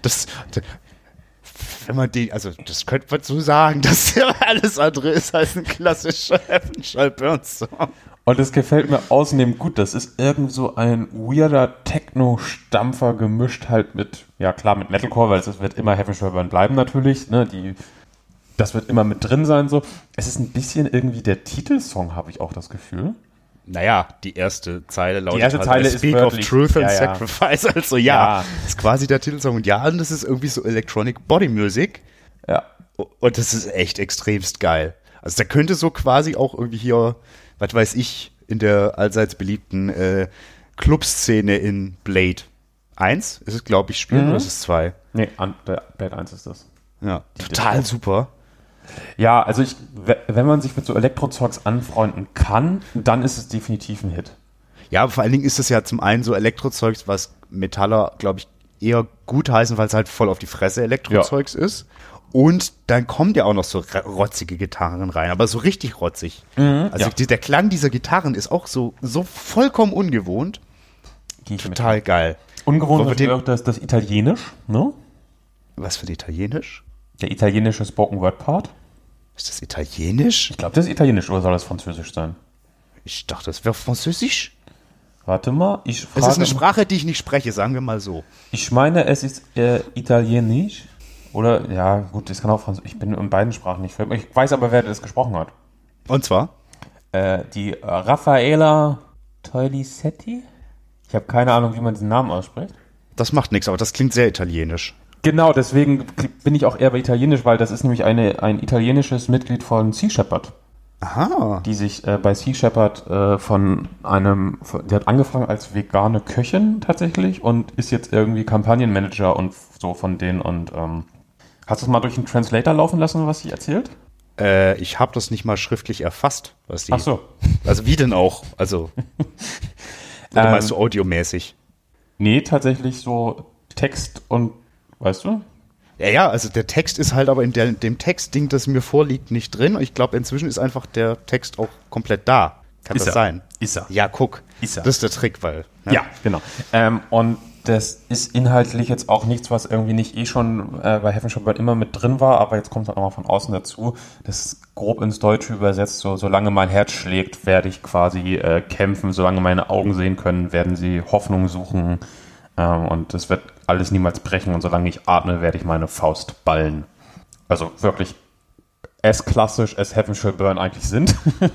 wenn man die, also das könnte man so sagen, dass alles andere ist als ein klassischer Heaven Shall Burn Song. Und das gefällt mir außerdem gut. Das ist irgend so ein weirder Techno-Stampfer gemischt halt mit, ja klar, mit Metalcore, weil es wird immer Heaven Shall Burn bleiben natürlich. Ne? Das wird immer mit drin sein. So. Es ist ein bisschen irgendwie der Titelsong, habe ich auch das Gefühl. Naja, die erste Zeile lautet die erste Zeile Speak ist of Truth and ja, Sacrifice. Also ja, ist quasi der Titelsong. Und ja, und das ist irgendwie so Electronic Body Music. Ja. Und das ist echt extremst geil. Also da könnte so quasi auch irgendwie hier, was weiß ich, in der allseits beliebten Clubszene in Blade 1, ist es, glaube ich, spielen oder ist es 2? Nee, Blade 1 ist das. Ja, total super. Ja, also wenn man sich mit so Elektro-Zeugs anfreunden kann, dann ist es definitiv ein Hit. Ja, aber vor allen Dingen ist es ja zum einen so Elektro-Zeugs, was Metaller, glaube ich, eher gut heißen, weil es halt voll auf die Fresse Elektro-Zeugs ist. Und dann kommen ja auch noch so rotzige Gitarren rein, aber so richtig rotzig. Also der Klang dieser Gitarren ist auch so vollkommen ungewohnt. Total geil. Ungewohnt natürlich auch das Italienisch, ne? Was für Italienisch? Der italienische Spoken-Word-Part. Ist das Italienisch? Ich glaube, das ist Italienisch, oder soll das Französisch sein? Ich dachte, das wäre Französisch. Warte mal, es ist eine Sprache, die ich nicht spreche, sagen wir mal so. Ich meine, es ist Italienisch. Oder, ja, gut, das kann auch Französisch. Ich bin in beiden Sprachen nicht firm. Ich weiß aber, wer das gesprochen hat. Und zwar? Die Raffaella Toglisetti. Ich habe keine Ahnung, wie man diesen Namen ausspricht. Das macht nichts, aber das klingt sehr italienisch. Genau, deswegen bin ich auch eher bei Italienisch, weil das ist nämlich ein italienisches Mitglied von Sea Shepherd. Aha. Die sich bei Sea Shepherd die hat angefangen als vegane Köchin tatsächlich und ist jetzt irgendwie Kampagnenmanager und so von denen und hast du es mal durch einen Translator laufen lassen, was sie erzählt? Ich habe das nicht mal schriftlich erfasst, was die. Ach so. Also wie denn auch? Also oder meinst du audiomäßig? Nee, tatsächlich so Text und, weißt du? Ja, also der Text ist halt aber in dem Textding, das mir vorliegt, nicht drin. Ich glaube, inzwischen ist einfach der Text auch kompleit da. Kann das sein? Ist er. Ja, guck. Ist er. Das ist der Trick, weil. Ne? Ja, genau. Und das ist inhaltlich jetzt auch nichts, was irgendwie nicht schon bei Heaven Shall Burn immer mit drin war, aber jetzt kommt es halt nochmal von außen dazu. Das ist grob ins Deutsche übersetzt, so, solange mein Herz schlägt, werde ich quasi kämpfen, solange meine Augen sehen können, werden sie Hoffnung suchen und es wird alles niemals brechen und solange ich atme, werde ich meine Faust ballen. Also wirklich as klassisch as Heaven Shall Burn eigentlich sind.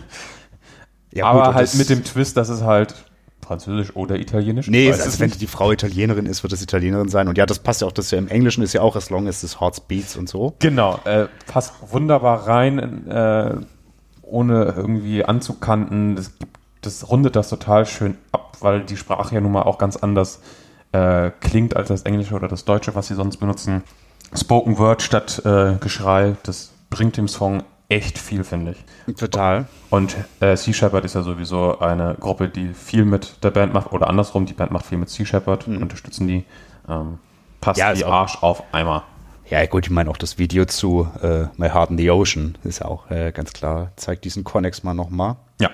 Ja, aber gut, halt mit dem Twist, dass es halt Französisch oder Italienisch? Nee, also wenn die Frau Italienerin ist, wird es Italienerin sein. Und ja, das passt ja auch, das ja im Englischen ist ja auch as long as this heart beats und so. Genau, passt wunderbar rein, ohne irgendwie anzukanten. Das rundet das total schön ab, weil die Sprache ja nun mal auch ganz anders klingt als das Englische oder das Deutsche, was sie sonst benutzen. Spoken Word statt Geschrei, das bringt dem Song echt viel, finde ich. Total. Und Sea Shepherd ist ja sowieso eine Gruppe, die viel mit der Band macht, oder andersrum, die Band macht viel mit Sea Shepherd, unterstützen die. Passt ja, wie Arsch auf Eimer. Ja gut, ich meine auch das Video zu My Heart in the Ocean ist ja auch ganz klar, zeigt diesen Connex mal nochmal. Ja.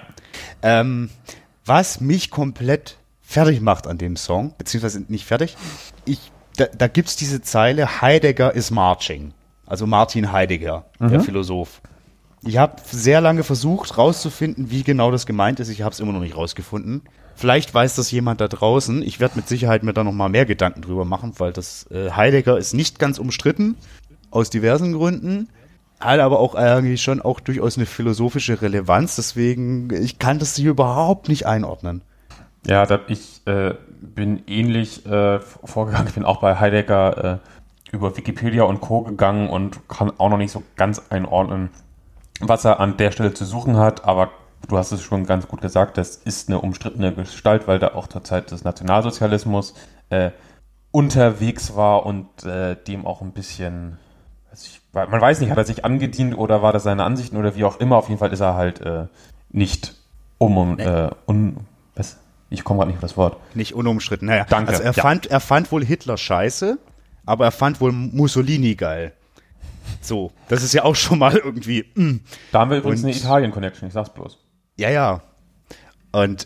Was mich komplett fertig macht an dem Song, beziehungsweise nicht fertig, da gibt es diese Zeile, Heidegger is marching. Also Martin Heidegger, der Philosoph. Ich habe sehr lange versucht, rauszufinden, wie genau das gemeint ist. Ich habe es immer noch nicht rausgefunden. Vielleicht weiß das jemand da draußen. Ich werde mit Sicherheit mir da noch mal mehr Gedanken drüber machen, weil das Heidegger ist nicht ganz umstritten, aus diversen Gründen. Hat aber auch irgendwie schon auch durchaus eine philosophische Relevanz. Deswegen, ich kann das hier überhaupt nicht einordnen. Ja, ich bin ähnlich vorgegangen. Ich bin auch bei Heidegger über Wikipedia und Co. gegangen und kann auch noch nicht so ganz einordnen, was er an der Stelle zu suchen hat. Aber du hast es schon ganz gut gesagt, das ist eine umstrittene Gestalt, weil da auch zur Zeit des Nationalsozialismus unterwegs war und dem auch ein bisschen... Man weiß nicht, hat er sich angedient oder war das seine Ansichten oder wie auch immer. Auf jeden Fall ist er halt nicht ich komme gerade nicht auf das Wort. Nicht unumstritten. Naja, danke. Also er fand wohl Hitler scheiße, aber er fand wohl Mussolini geil. So, das ist ja auch schon mal irgendwie. Da haben wir übrigens eine Italien-Connection, ich sag's bloß. Ja. Und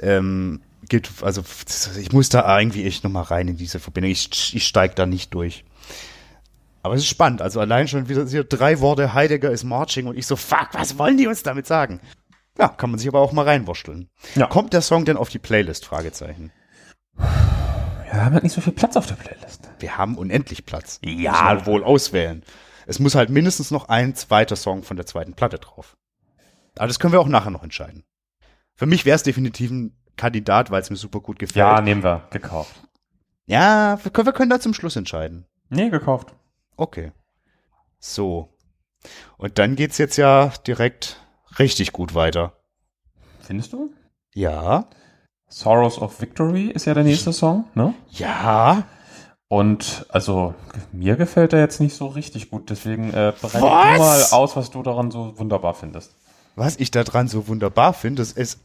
ich muss da irgendwie echt nochmal rein in diese Verbindung. Ich steig da nicht durch. Aber es ist spannend. Also allein schon wieder hier 3 Worte, Heidegger ist Marching und ich so, fuck, was wollen die uns damit sagen? Ja, kann man sich aber auch mal reinwurschteln. Ja. Kommt der Song denn auf die Playlist? Fragezeichen. Ja, wir haben halt nicht so viel Platz auf der Playlist. Wir haben unendlich Platz. Ja, wohl auswählen. Es muss halt mindestens noch ein zweiter Song von der zweiten Platte drauf. Aber das können wir auch nachher noch entscheiden. Für mich wäre es definitiv ein Kandidat, weil es mir super gut gefällt. Ja, nehmen wir. Gekauft. Ja, wir können da zum Schluss entscheiden. Nee, gekauft. Okay. So. Und dann geht's jetzt ja direkt richtig gut weiter. Findest du? Ja. Sorrows of Victory ist ja der nächste Song, ne? Ja. Und also mir gefällt er jetzt nicht so richtig gut, deswegen bereite du mal aus, was du daran so wunderbar findest. Was ich daran so wunderbar finde, das ist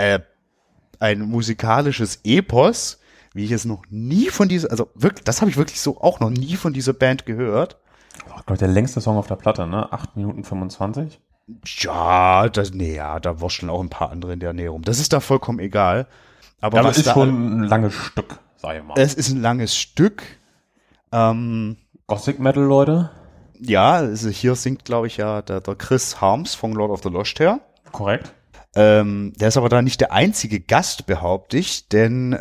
ein musikalisches Epos, wie ich es noch nie von dieser, also wirklich, das habe ich wirklich so auch noch nie von dieser Band gehört. Oh, ich glaube, der längste Song auf der Platte, ne? 8 Minuten 25. Ja, da wurschteln auch ein paar andere in der Nähe rum. Das ist da vollkommen egal. Aber ja, das ist schon ein langes Stück, sag ich mal. Es ist ein langes Stück. Gothic Metal, Leute. Ja, also hier singt, glaube ich, ja der Chris Harms von Lord of the Lost her. Korrekt. Der ist aber da nicht der einzige Gast, behaupte ich, denn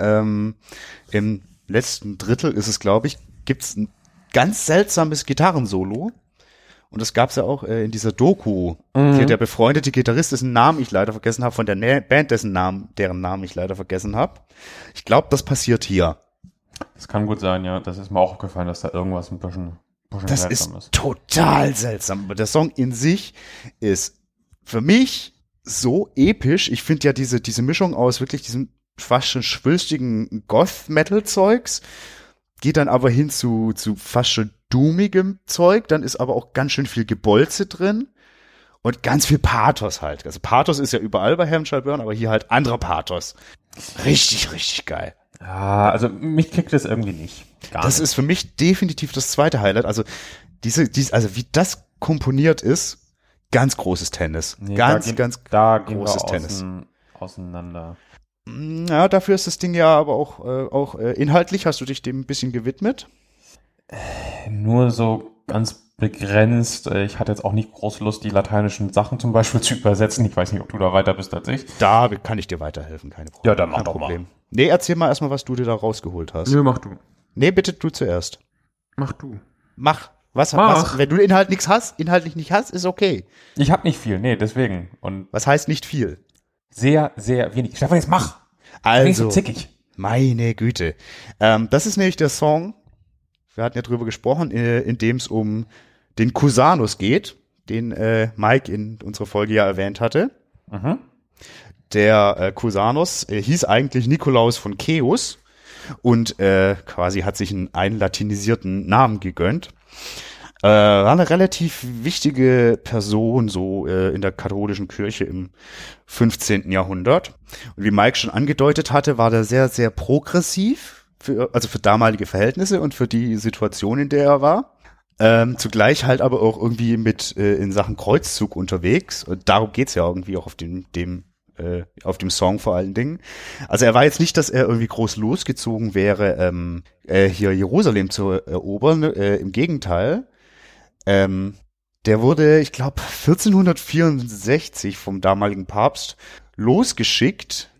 im letzten Drittel ist es, glaube ich, gibt's ein ganz seltsames Gitarrensolo. Und das gab's ja auch in dieser Doku. Hier der befreundete Gitarrist, dessen Namen ich leider vergessen habe, von der Band, deren Namen ich leider vergessen habe. Ich glaube, das passiert hier. Das kann gut sein, ja. Das ist mir auch aufgefallen, dass da irgendwas ein bisschen das seltsam ist. Total seltsam. Aber der Song in sich ist für mich so episch. Ich finde ja diese Mischung aus wirklich diesem fast schon schwülstigen Goth-Metal-Zeugs geht dann aber hin zu fast schon doomigem Zeug. Dann ist aber auch ganz schön viel Gebolze drin und ganz viel Pathos halt. Also Pathos ist ja überall bei Heaven Burn, aber hier halt anderer Pathos. Richtig, richtig geil. Ja, also mich kickt das irgendwie nicht. Das ist für mich definitiv das zweite Highlight. Also also wie das komponiert ist, ganz großes Tennis. Nee, ganz großes Tennis. Auseinander. Ja, dafür ist das Ding ja aber auch inhaltlich. Hast du dich dem ein bisschen gewidmet? Nur so ganz begrenzt. Ich hatte jetzt auch nicht groß Lust, die lateinischen Sachen zum Beispiel zu übersetzen. Ich weiß nicht, ob du da weiter bist als ich. Da kann ich dir weiterhelfen, keine Probleme. Ja, dann mach doch mal. Nee, erzähl mal erstmal, was du dir da rausgeholt hast. Nee, mach du. Nee, bitte du zuerst. Mach du. Mach. Was, wenn du inhaltlich nicht hast, ist okay. Ich hab nicht viel, nee, deswegen. Und was heißt nicht viel? Sehr, sehr wenig. Stefan, jetzt mach! Also, so zickig. Meine Güte. Das ist nämlich der Song, wir hatten ja drüber gesprochen, in dem es um den Cusanus geht, den Mike in unserer Folge ja erwähnt hatte. Mhm. Der Cusanus hieß eigentlich Nikolaus von Cheos und quasi hat sich einen latinisierten Namen gegönnt. War eine relativ wichtige Person so in der katholischen Kirche im 15. Jahrhundert. Und wie Mike schon angedeutet hatte, war der sehr, sehr progressiv, für damalige Verhältnisse und für die Situation, in der er war. Zugleich halt aber auch irgendwie mit in Sachen Kreuzzug unterwegs. Und darum geht's ja irgendwie auch auf dem Song vor allen Dingen. Also er war jetzt nicht, dass er irgendwie groß losgezogen wäre, hier Jerusalem zu erobern. Im Gegenteil. Der der wurde, ich glaube, 1464 vom damaligen Papst losgeschickt,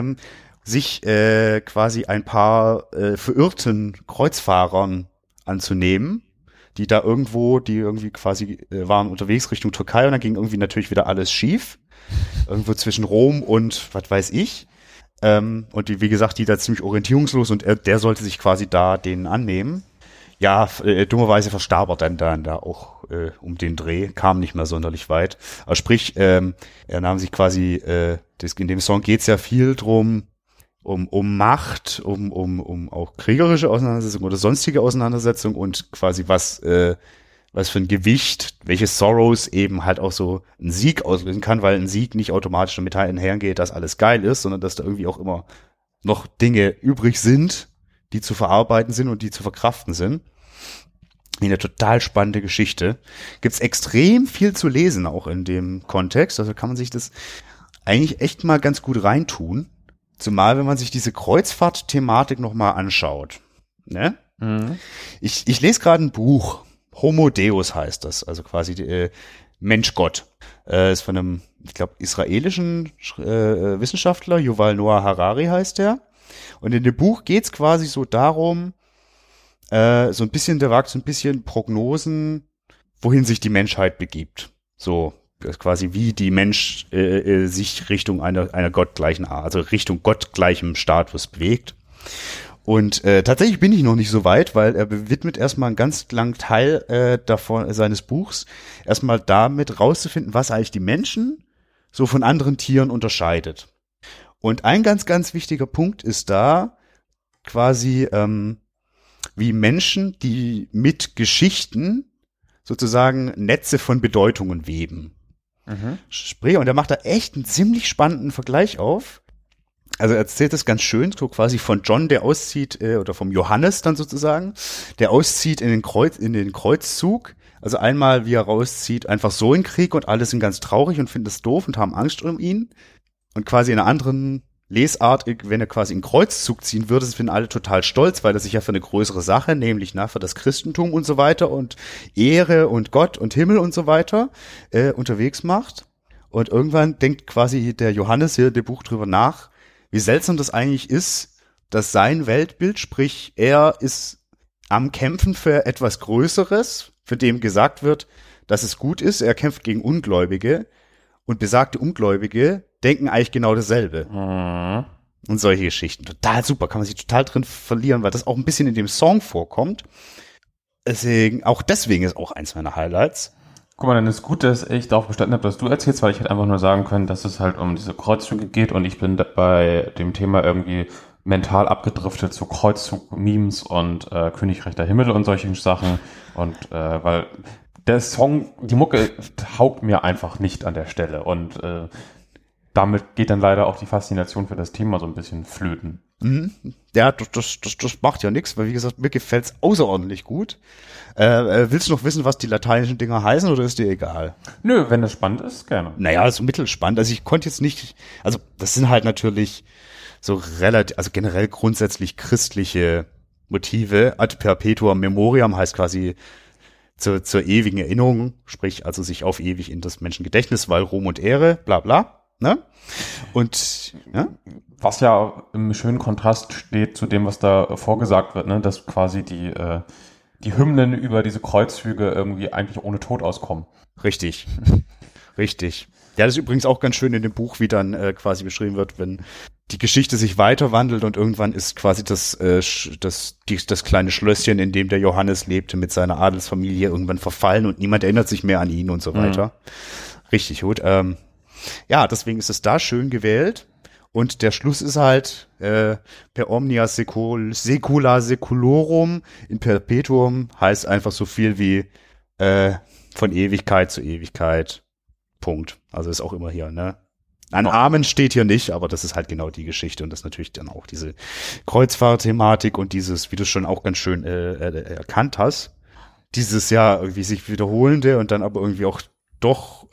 sich quasi ein paar verirrten Kreuzfahrern anzunehmen, die irgendwie quasi waren unterwegs Richtung Türkei und dann ging irgendwie natürlich wieder alles schief. Irgendwo zwischen Rom und was weiß ich. Und wie gesagt, die da ziemlich orientierungslos und der sollte sich quasi da denen annehmen. Ja, dummerweise verstarb er dann da auch um den Dreh, kam nicht mehr sonderlich weit. Aber sprich, er nahm sich quasi, in dem Song geht's ja viel drum, um Macht, um auch kriegerische Auseinandersetzung oder sonstige Auseinandersetzung und quasi was für ein Gewicht, welche Sorrows eben halt auch so einen Sieg auslösen kann, weil ein Sieg nicht automatisch damit einhergeht, dass alles geil ist, sondern dass da irgendwie auch immer noch Dinge übrig sind, die zu verarbeiten sind und die zu verkraften sind. Eine total spannende Geschichte. Gibt's extrem viel zu lesen auch in dem Kontext, also kann man sich das eigentlich echt mal ganz gut reintun. Zumal, wenn man sich diese Kreuzfahrt-Thematik nochmal anschaut. Ne? Mhm. Ich lese gerade ein Buch. Homo Deus heißt das. Also quasi Mensch Gott. Ist von einem, ich glaube, israelischen Wissenschaftler. Yuval Noah Harari heißt der. Und in dem Buch geht's quasi so darum, so ein bisschen, der wagt so ein bisschen Prognosen, wohin sich die Menschheit begibt. So quasi wie die Mensch sich Richtung einer gottgleichen Art, also Richtung gottgleichem Status bewegt. Und tatsächlich bin ich noch nicht so weit, weil er widmet erstmal einen ganz langen Teil davon seines Buchs erstmal damit rauszufinden, was eigentlich die Menschen so von anderen Tieren unterscheidet. Und ein ganz, ganz wichtiger Punkt ist da quasi wie Menschen, die mit Geschichten sozusagen Netze von Bedeutungen weben. Mhm. Sprich, und er macht da echt einen ziemlich spannenden Vergleich auf. Also er erzählt das ganz schön, so quasi von John, der auszieht, oder vom Johannes dann sozusagen, der auszieht in den Kreuzzug. Also einmal, wie er rauszieht, einfach so in Krieg und alle sind ganz traurig und finden es doof und haben Angst um ihn. Und quasi in einer anderen Lesart, wenn er quasi in Kreuzzug ziehen würde, finden alle total stolz, weil er sich ja für eine größere Sache, nämlich für das Christentum und so weiter und Ehre und Gott und Himmel und so weiter unterwegs macht. Und irgendwann denkt quasi der Johannes hier in dem Buch drüber nach, wie seltsam das eigentlich ist, dass sein Weltbild, sprich er ist am Kämpfen für etwas Größeres, für dem gesagt wird, dass es gut ist, er kämpft gegen Ungläubige und besagte Ungläubige denken eigentlich genau dasselbe. Mhm. Und solche Geschichten. Total super, kann man sich total drin verlieren, weil das auch ein bisschen in dem Song vorkommt. Deswegen ist auch eins meiner Highlights. Guck mal, dann ist gut, dass ich darauf bestanden habe, dass du erzählst, weil ich hätte einfach nur sagen können, dass es halt um diese Kreuzzüge geht und ich bin bei dem Thema irgendwie mental abgedriftet zu Kreuzzug-Memes und Königreich der Himmel und solchen Sachen und weil der Song, die Mucke taugt mir einfach nicht an der Stelle und damit geht dann leider auch die Faszination für das Thema so ein bisschen flöten. Mhm. Ja, das macht ja nichts, weil wie gesagt, mir gefällt's außerordentlich gut. Willst du noch wissen, was die lateinischen Dinger heißen oder ist dir egal? Nö, wenn das spannend ist, gerne. Naja, also mittelspannend. Also ich konnte jetzt nicht, also das sind halt natürlich so relativ, also generell grundsätzlich christliche Motive. Ad perpetuum memoriam heißt quasi zur ewigen Erinnerung, sprich also sich auf ewig in das Menschengedächtnis, weil Ruhm und Ehre, bla bla. Ne? Und ja? Was ja im schönen Kontrast steht zu dem, was da vorgesagt wird, ne? Dass quasi die Hymnen über diese Kreuzzüge irgendwie eigentlich ohne Tod auskommen. Richtig. Richtig. Ja, das ist übrigens auch ganz schön in dem Buch, wie dann quasi beschrieben wird, wenn die Geschichte sich weiter wandelt und irgendwann ist quasi das kleine Schlösschen, in dem der Johannes lebte mit seiner Adelsfamilie, irgendwann verfallen und niemand erinnert sich mehr an ihn und so weiter. Richtig gut. Ja, deswegen ist es da schön gewählt. Und der Schluss ist halt per omnia secula seculorum in perpetuum heißt einfach so viel wie von Ewigkeit zu Ewigkeit. Punkt. Also ist auch immer hier, ne? Ein Amen steht hier nicht, aber das ist halt genau die Geschichte und das ist natürlich dann auch diese Kreuzfahrt-Thematik und dieses, wie du schon auch ganz schön erkannt hast, dieses ja irgendwie sich wiederholende und dann aber irgendwie auch doch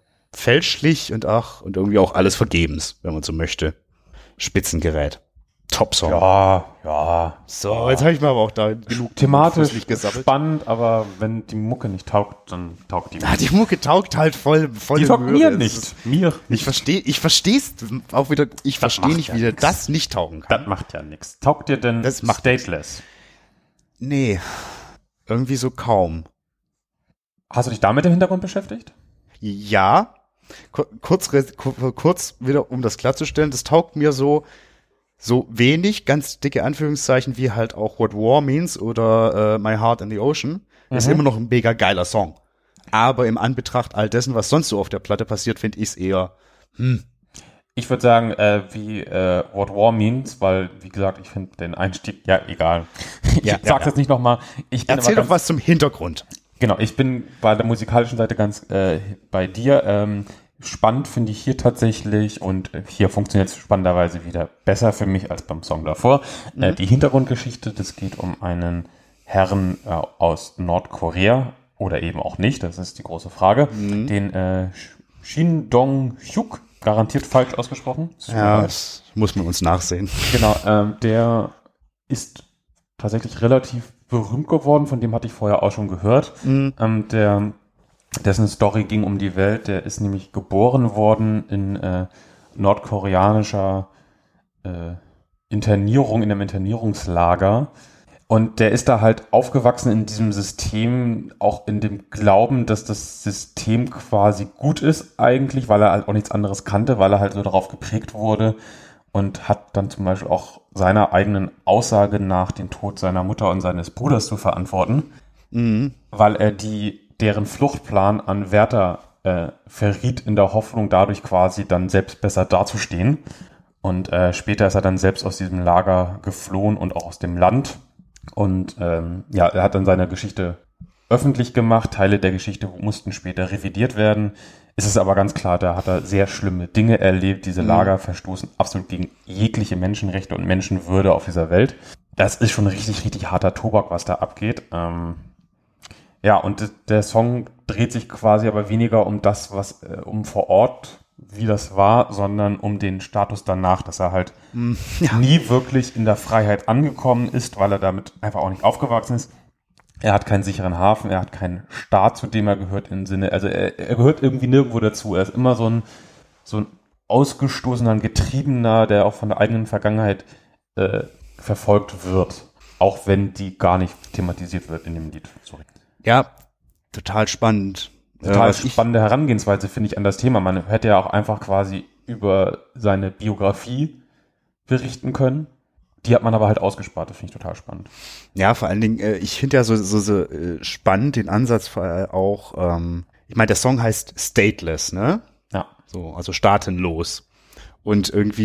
fälschlich und irgendwie auch alles vergebens, wenn man so möchte. Spitzengerät. Top-Song. Ja. So, jetzt habe ich mir aber auch da genug thematisch nicht gesammelt. spannend, aber wenn die Mucke nicht taugt, dann taugt die Ah, die Mucke taugt halt voll Die taugt Möhre. mir nicht. Mir. Ich versteh's auch wieder, ich verstehe nicht, ja wie der nix. das nicht taugen kann. Das macht ja nichts. Taugt dir denn Das macht Stateless? Nee, irgendwie so kaum. Hast du dich damit im Hintergrund beschäftigt? Ja, kurz wieder, um das klarzustellen, das taugt mir so wenig, ganz dicke Anführungszeichen, wie halt auch What War Means oder My Heart in the Ocean. Ist immer noch ein mega geiler Song. Aber im Anbetracht all dessen, was sonst so auf der Platte passiert, finde ich es eher, Ich würde sagen, wie What War Means, weil, wie gesagt, ich finde den Einstieg, ja, egal. Ich sag's jetzt nicht nochmal. Erzähl doch was zum Hintergrund. Genau, ich bin bei der musikalischen Seite ganz bei dir. Spannend finde ich hier tatsächlich, und hier funktioniert es spannenderweise wieder besser für mich als beim Song davor. Die Hintergrundgeschichte, das geht um einen Herrn aus Nordkorea oder eben auch nicht, das ist die große Frage, den Shin Dong-hyuk, garantiert falsch ausgesprochen. Ja, das muss man uns nachsehen. Genau, der ist tatsächlich relativ berühmt geworden, von dem hatte ich vorher auch schon gehört. Dessen Story ging um die Welt, der ist nämlich geboren worden in nordkoreanischer Internierung, in einem Internierungslager. Und der ist da halt aufgewachsen in diesem System, auch in dem Glauben, dass das System quasi gut ist eigentlich, weil er halt auch nichts anderes kannte, weil er halt so darauf geprägt wurde und hat dann zum Beispiel auch seiner eigenen Aussage nach den Tod seiner Mutter und seines Bruders zu verantworten, weil er deren Fluchtplan an Wärter verriet, in der Hoffnung, dadurch quasi dann selbst besser dazustehen. Und später ist er dann selbst aus diesem Lager geflohen und auch aus dem Land. Und er hat dann seine Geschichte öffentlich gemacht. Teile der Geschichte mussten später revidiert werden. Es ist aber ganz klar, da hat er sehr schlimme Dinge erlebt. Diese Lager verstoßen absolut gegen jegliche Menschenrechte und Menschenwürde auf dieser Welt. Das ist schon richtig, richtig harter Tobak, was da abgeht. Ja, und der Song dreht sich quasi aber weniger um das, was um vor Ort, wie das war, sondern um den Status danach, dass er halt nie wirklich in der Freiheit angekommen ist, weil er damit einfach auch nicht aufgewachsen ist. Er hat keinen sicheren Hafen, er hat keinen Staat, zu dem er gehört im Sinne, also er gehört irgendwie nirgendwo dazu. Er ist immer so ein ausgestoßener, ein Getriebener, der auch von der eigenen Vergangenheit verfolgt wird, auch wenn die gar nicht thematisiert wird in dem Lied. Sorry. Ja, total spannend. Total spannende Herangehensweise, finde ich, an das Thema. Man hätte ja auch einfach quasi über seine Biografie berichten können. Die hat man aber halt ausgespart. Das finde ich total spannend. Ja, vor allen Dingen, ich finde ja so spannend den Ansatz auch, ich meine, der Song heißt Stateless, ne? Ja. So, also staatenlos. Und irgendwie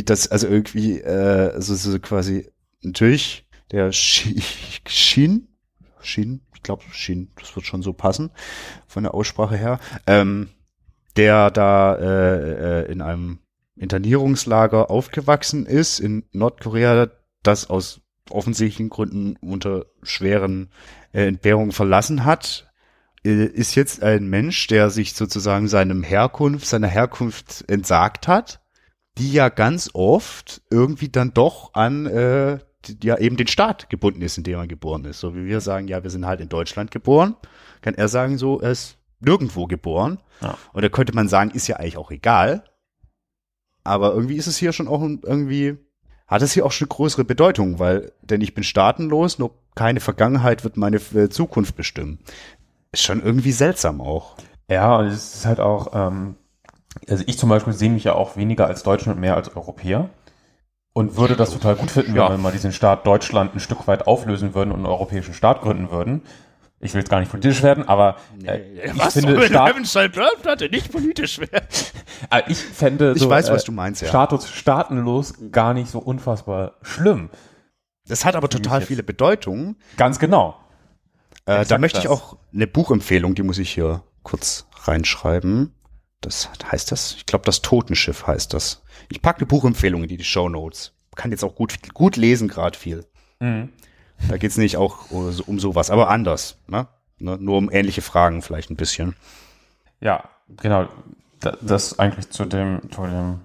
so quasi, natürlich, der Shin, ich glaube Shin, das wird schon so passen, von der Aussprache her, der da in einem Internierungslager aufgewachsen ist in Nordkorea, das aus offensichtlichen Gründen unter schweren Entbehrungen verlassen hat, ist jetzt ein Mensch, der sich sozusagen seiner Herkunft entsagt hat, die ja ganz oft irgendwie dann doch an eben den Staat gebunden ist, in dem er geboren ist. So wie wir sagen, ja, wir sind halt in Deutschland geboren, kann er sagen, so, er ist nirgendwo geboren. Ja. Und da könnte man sagen, ist ja eigentlich auch egal. Aber irgendwie ist es hier schon auch hat es hier auch schon größere Bedeutung, denn ich bin staatenlos, nur keine Vergangenheit wird meine Zukunft bestimmen. Ist schon irgendwie seltsam auch. Ja, und es ist halt auch, also ich zum Beispiel sehe mich ja auch weniger als Deutscher und mehr als Europäer. Und würde das total gut finden, wenn wir mal diesen Staat Deutschland ein Stück weit auflösen würden und einen europäischen Staat gründen würden. Ich will jetzt gar nicht politisch werden, aber ich finde Platte nicht politisch werden. Ich fände ich weiß, was du meinst, ja. Status staatenlos gar nicht so unfassbar schlimm. Das hat aber total viele Bedeutungen. Ganz genau. Da möchte ich auch eine Buchempfehlung, die muss ich hier kurz reinschreiben. Das heißt das? Ich glaube, das Totenschiff heißt das. Ich packe eine Buchempfehlung in die Shownotes. Kann jetzt auch gut lesen, gerade viel. Mhm. Da geht's nicht auch um sowas, aber anders. Ne? Nur um ähnliche Fragen vielleicht ein bisschen. Ja, genau. Das eigentlich zu dem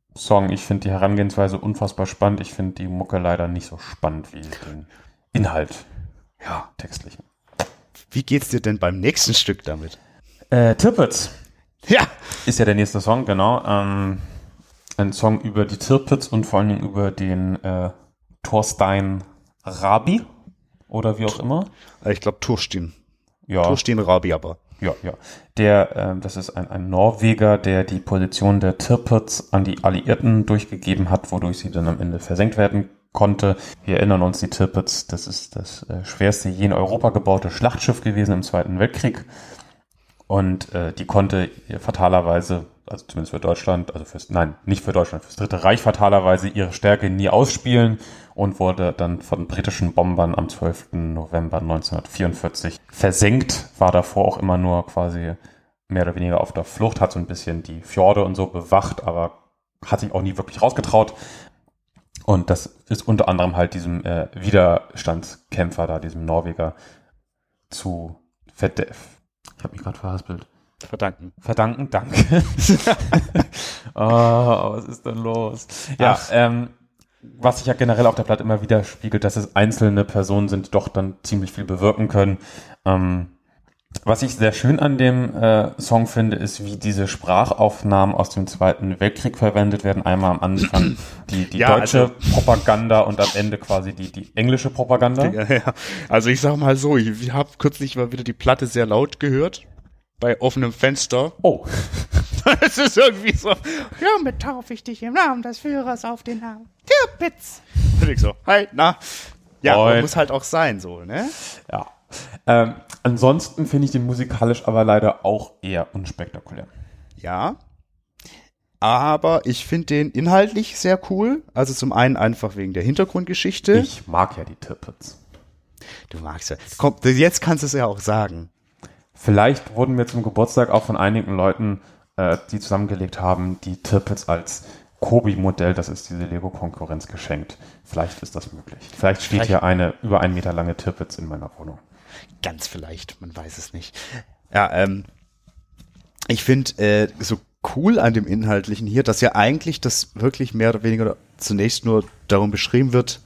Song. Ich finde die Herangehensweise unfassbar spannend. Ich finde die Mucke leider nicht so spannend wie den Inhalt. Ja, textlichen. Wie geht's dir denn beim nächsten Stück damit? Tirpitz. Ja. Ist ja der nächste Song, genau. Ein Song über die Tirpitz und vor allen Dingen über den Thorstein Rabi oder wie auch immer. Ich glaube Thorstein. Ja. Thorstein Rabi aber. Ja. Das ist ein Norweger, der die Position der Tirpitz an die Alliierten durchgegeben hat, wodurch sie dann am Ende versenkt werden konnte. Wir erinnern uns, die Tirpitz, das ist das schwerste je in Europa gebaute Schlachtschiff gewesen im Zweiten Weltkrieg. Und die konnte fatalerweise, also zumindest für Deutschland, nicht für Deutschland, fürs Dritte Reich fatalerweise ihre Stärke nie ausspielen und wurde dann von britischen Bombern am 12. November 1944 versenkt, war davor auch immer nur quasi mehr oder weniger auf der Flucht, hat so ein bisschen die Fjorde und so bewacht, aber hat sich auch nie wirklich rausgetraut. Und das ist unter anderem halt diesem Widerstandskämpfer da, diesem Norweger zu ich habe mich gerade verhaspelt. Verdanken, danke. Was ist denn los? Ja, was sich ja generell auf der Platte immer wieder spiegelt, dass es einzelne Personen sind, die doch dann ziemlich viel bewirken können. Was ich sehr schön an dem Song finde, ist, wie diese Sprachaufnahmen aus dem Zweiten Weltkrieg verwendet werden. Einmal am Anfang die deutsche Propaganda und am Ende quasi die englische Propaganda. Ja. Also ich sag mal so, ich habe kürzlich mal wieder die Platte sehr laut gehört, bei offenem Fenster. Oh. Es ist irgendwie so, hiermit taufe ich dich im Namen des Führers auf den Namen Tirpitz. Und ich so, hi, na. Ja, muss halt auch sein, so, ne? Ja. Ansonsten finde ich den musikalisch aber leider auch eher unspektakulär. Ja, aber ich finde den inhaltlich sehr cool. Also zum einen einfach wegen der Hintergrundgeschichte. Ich mag ja die Tirpitz. Du magst ja. Komm, jetzt kannst du es ja auch sagen. Vielleicht wurden mir zum Geburtstag auch von einigen Leuten, die zusammengelegt haben, die Tirpitz als Kobi-Modell, das ist diese Lego-Konkurrenz, geschenkt. Vielleicht ist das möglich. Vielleicht steht hier eine über 1 Meter lange Tirpitz in meiner Wohnung. Ganz vielleicht, man weiß es nicht. Ja, ich finde so cool an dem Inhaltlichen hier, dass ja eigentlich das wirklich mehr oder weniger zunächst nur darum beschrieben wird,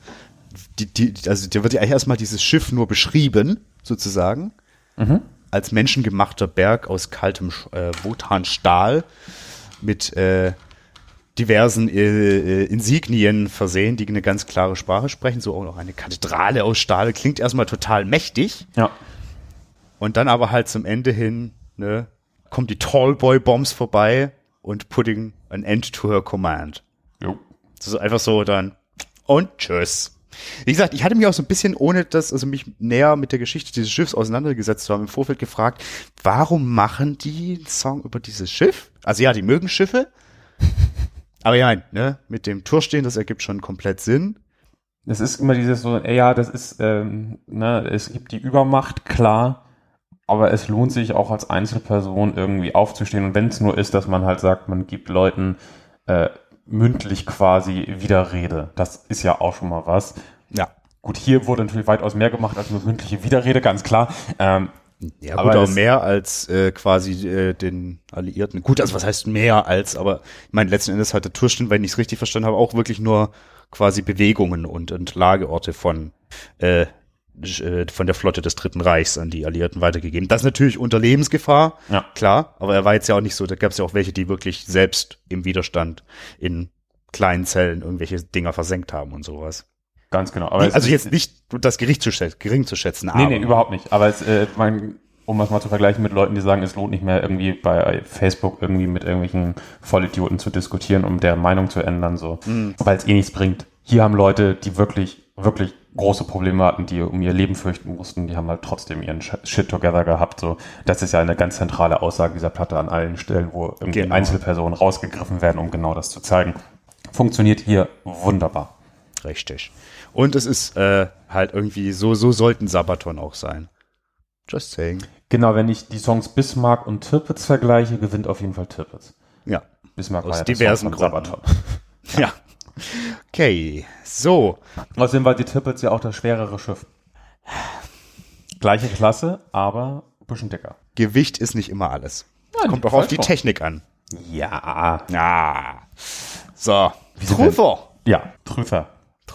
also da wird ja eigentlich erstmal dieses Schiff nur beschrieben, sozusagen, als menschengemachter Berg aus kaltem Wotanstahl mit diversen Insignien versehen, die eine ganz klare Sprache sprechen, so auch noch eine Kathedrale aus Stahl, klingt erstmal total mächtig. Ja. Und dann aber halt zum Ende hin, ne, kommt die Tallboy-Bombs vorbei und putting an end to her command. Jo. Das ist einfach so dann und tschüss. Wie gesagt, ich hatte mich auch so ein bisschen, mich näher mit der Geschichte dieses Schiffs auseinandergesetzt zu haben, im Vorfeld gefragt, warum machen die einen Song über dieses Schiff? Also ja, die mögen Schiffe. Aber ja, ne, mit dem Thorstein, das ergibt schon komplett Sinn. Es ist immer dieses so, das ist, es gibt die Übermacht, klar, aber es lohnt sich auch als Einzelperson irgendwie aufzustehen. Und wenn es nur ist, dass man halt sagt, man gibt Leuten mündlich quasi Widerrede. Das ist ja auch schon mal was. Ja. Gut, hier wurde natürlich weitaus mehr gemacht als nur mündliche Widerrede, ganz klar. Ja, gut, aber mehr als quasi den Alliierten. Gut, also was heißt mehr als, aber ich meine, letzten Endes hat der Thorstein, wenn ich es richtig verstanden habe, auch wirklich nur quasi Bewegungen und Lageorte von der Flotte des Dritten Reichs an die Alliierten weitergegeben. Das natürlich unter Lebensgefahr, ja, klar, aber er war jetzt ja auch nicht so, da gab es ja auch welche, die wirklich selbst im Widerstand in kleinen Zellen irgendwelche Dinger versenkt haben und sowas. Ganz genau. Aber also jetzt nicht das gering zu schätzen. Aber nee, überhaupt nicht. Aber um es mal zu vergleichen mit Leuten, die sagen, es lohnt nicht mehr irgendwie bei Facebook irgendwie mit irgendwelchen Vollidioten zu diskutieren, um deren Meinung zu ändern, so, weil es eh nichts bringt. Hier haben Leute, die wirklich, wirklich große Probleme hatten, die um ihr Leben fürchten mussten, die haben halt trotzdem ihren Shit together gehabt, so. Das ist ja eine ganz zentrale Aussage dieser Platte an allen Stellen, wo irgendwie Einzelpersonen rausgegriffen werden, um genau das zu zeigen. Funktioniert hier wunderbar. Richtig. Und es ist halt irgendwie so sollten Sabaton auch sein. Just saying. Genau, wenn ich die Songs Bismarck und Tirpitz vergleiche, gewinnt auf jeden Fall Tirpitz. Ja. Bismarck aus war ja diversen Gründen. Sabaton. Ja. Okay, so. Außerdem war die Tirpitz ja auch das schwerere Schiff. Gleiche Klasse, aber ein bisschen dicker. Gewicht ist nicht immer alles. Kommt auch auf die Technik an. Ja. Ja. So, Trüffer. Ja, Trüffer.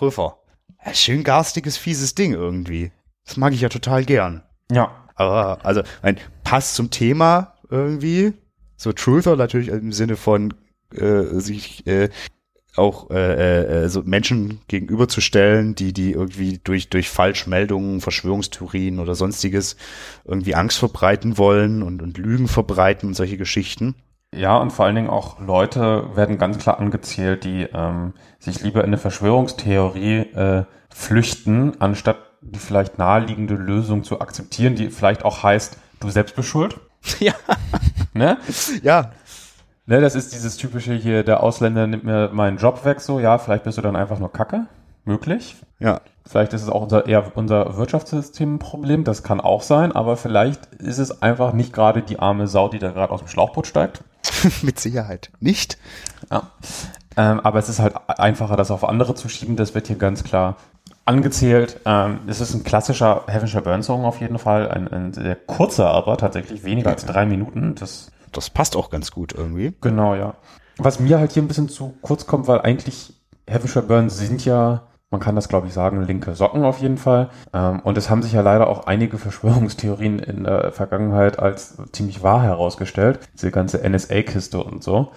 Ja, schön garstiges, fieses Ding irgendwie. Das mag ich ja total gern. Ja. Aber, also, passt zum Thema irgendwie. So Truther natürlich im Sinne von sich auch so Menschen gegenüberzustellen, die irgendwie durch Falschmeldungen, Verschwörungstheorien oder sonstiges irgendwie Angst verbreiten wollen und Lügen verbreiten und solche Geschichten. Ja, und vor allen Dingen auch Leute werden ganz klar angezählt, die sich lieber in eine Verschwörungstheorie flüchten, anstatt die vielleicht naheliegende Lösung zu akzeptieren, die vielleicht auch heißt, du selbst bist schuld. Ja. Ne? Ja. Ne, das ist dieses typische hier, der Ausländer nimmt mir meinen Job weg, so, ja, vielleicht bist du dann einfach nur Kacke. Möglich. Ja. Vielleicht ist es auch unser Wirtschaftssystem ein Problem, das kann auch sein, aber vielleicht ist es einfach nicht gerade die arme Sau, die da gerade aus dem Schlauchboot steigt. Mit Sicherheit nicht. Ja. Aber es ist halt einfacher, das auf andere zu schieben, das wird hier ganz klar angezählt. Es ist ein klassischer Heaven Shall Burn Song auf jeden Fall, ein sehr kurzer, aber tatsächlich weniger als 3 Minuten. Das passt auch ganz gut irgendwie. Genau, ja. Was mir halt hier ein bisschen zu kurz kommt, weil eigentlich Heaven Shall Burn sind ja, man kann das glaube ich sagen, linke Socken auf jeden Fall. Und es haben sich ja leider auch einige Verschwörungstheorien in der Vergangenheit als ziemlich wahr herausgestellt. Diese ganze NSA-Kiste und so.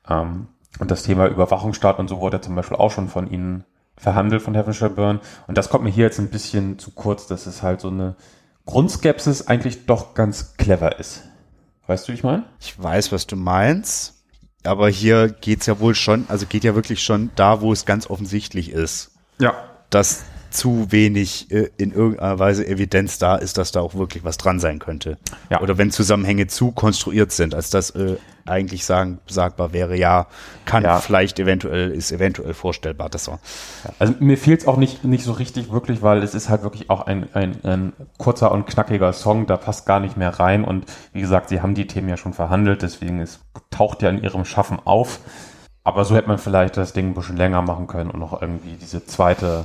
Und das Thema Überwachungsstaat und so wurde zum Beispiel auch schon von ihnen verhandelt, von Heaven Shall Burn. Und das kommt mir hier jetzt ein bisschen zu kurz, dass es halt so eine Grundskepsis eigentlich doch ganz clever ist. Weißt du, wie ich meine? Ich weiß, was du meinst, aber hier geht's ja wohl schon, also geht ja wirklich schon da, wo es ganz offensichtlich ist. Ja. Dass zu wenig in irgendeiner Weise Evidenz da ist, dass da auch wirklich was dran sein könnte. Ja. Oder wenn Zusammenhänge zu konstruiert sind, als das eigentlich sagbar wäre, ja, vielleicht ist eventuell vorstellbar. Das war. Also mir fehlt es auch nicht so richtig wirklich, weil es ist halt wirklich auch ein kurzer und knackiger Song, da passt gar nicht mehr rein und wie gesagt, sie haben die Themen ja schon verhandelt, deswegen es taucht ja in ihrem Schaffen auf, aber so hätte man vielleicht das Ding ein bisschen länger machen können und noch irgendwie diese zweite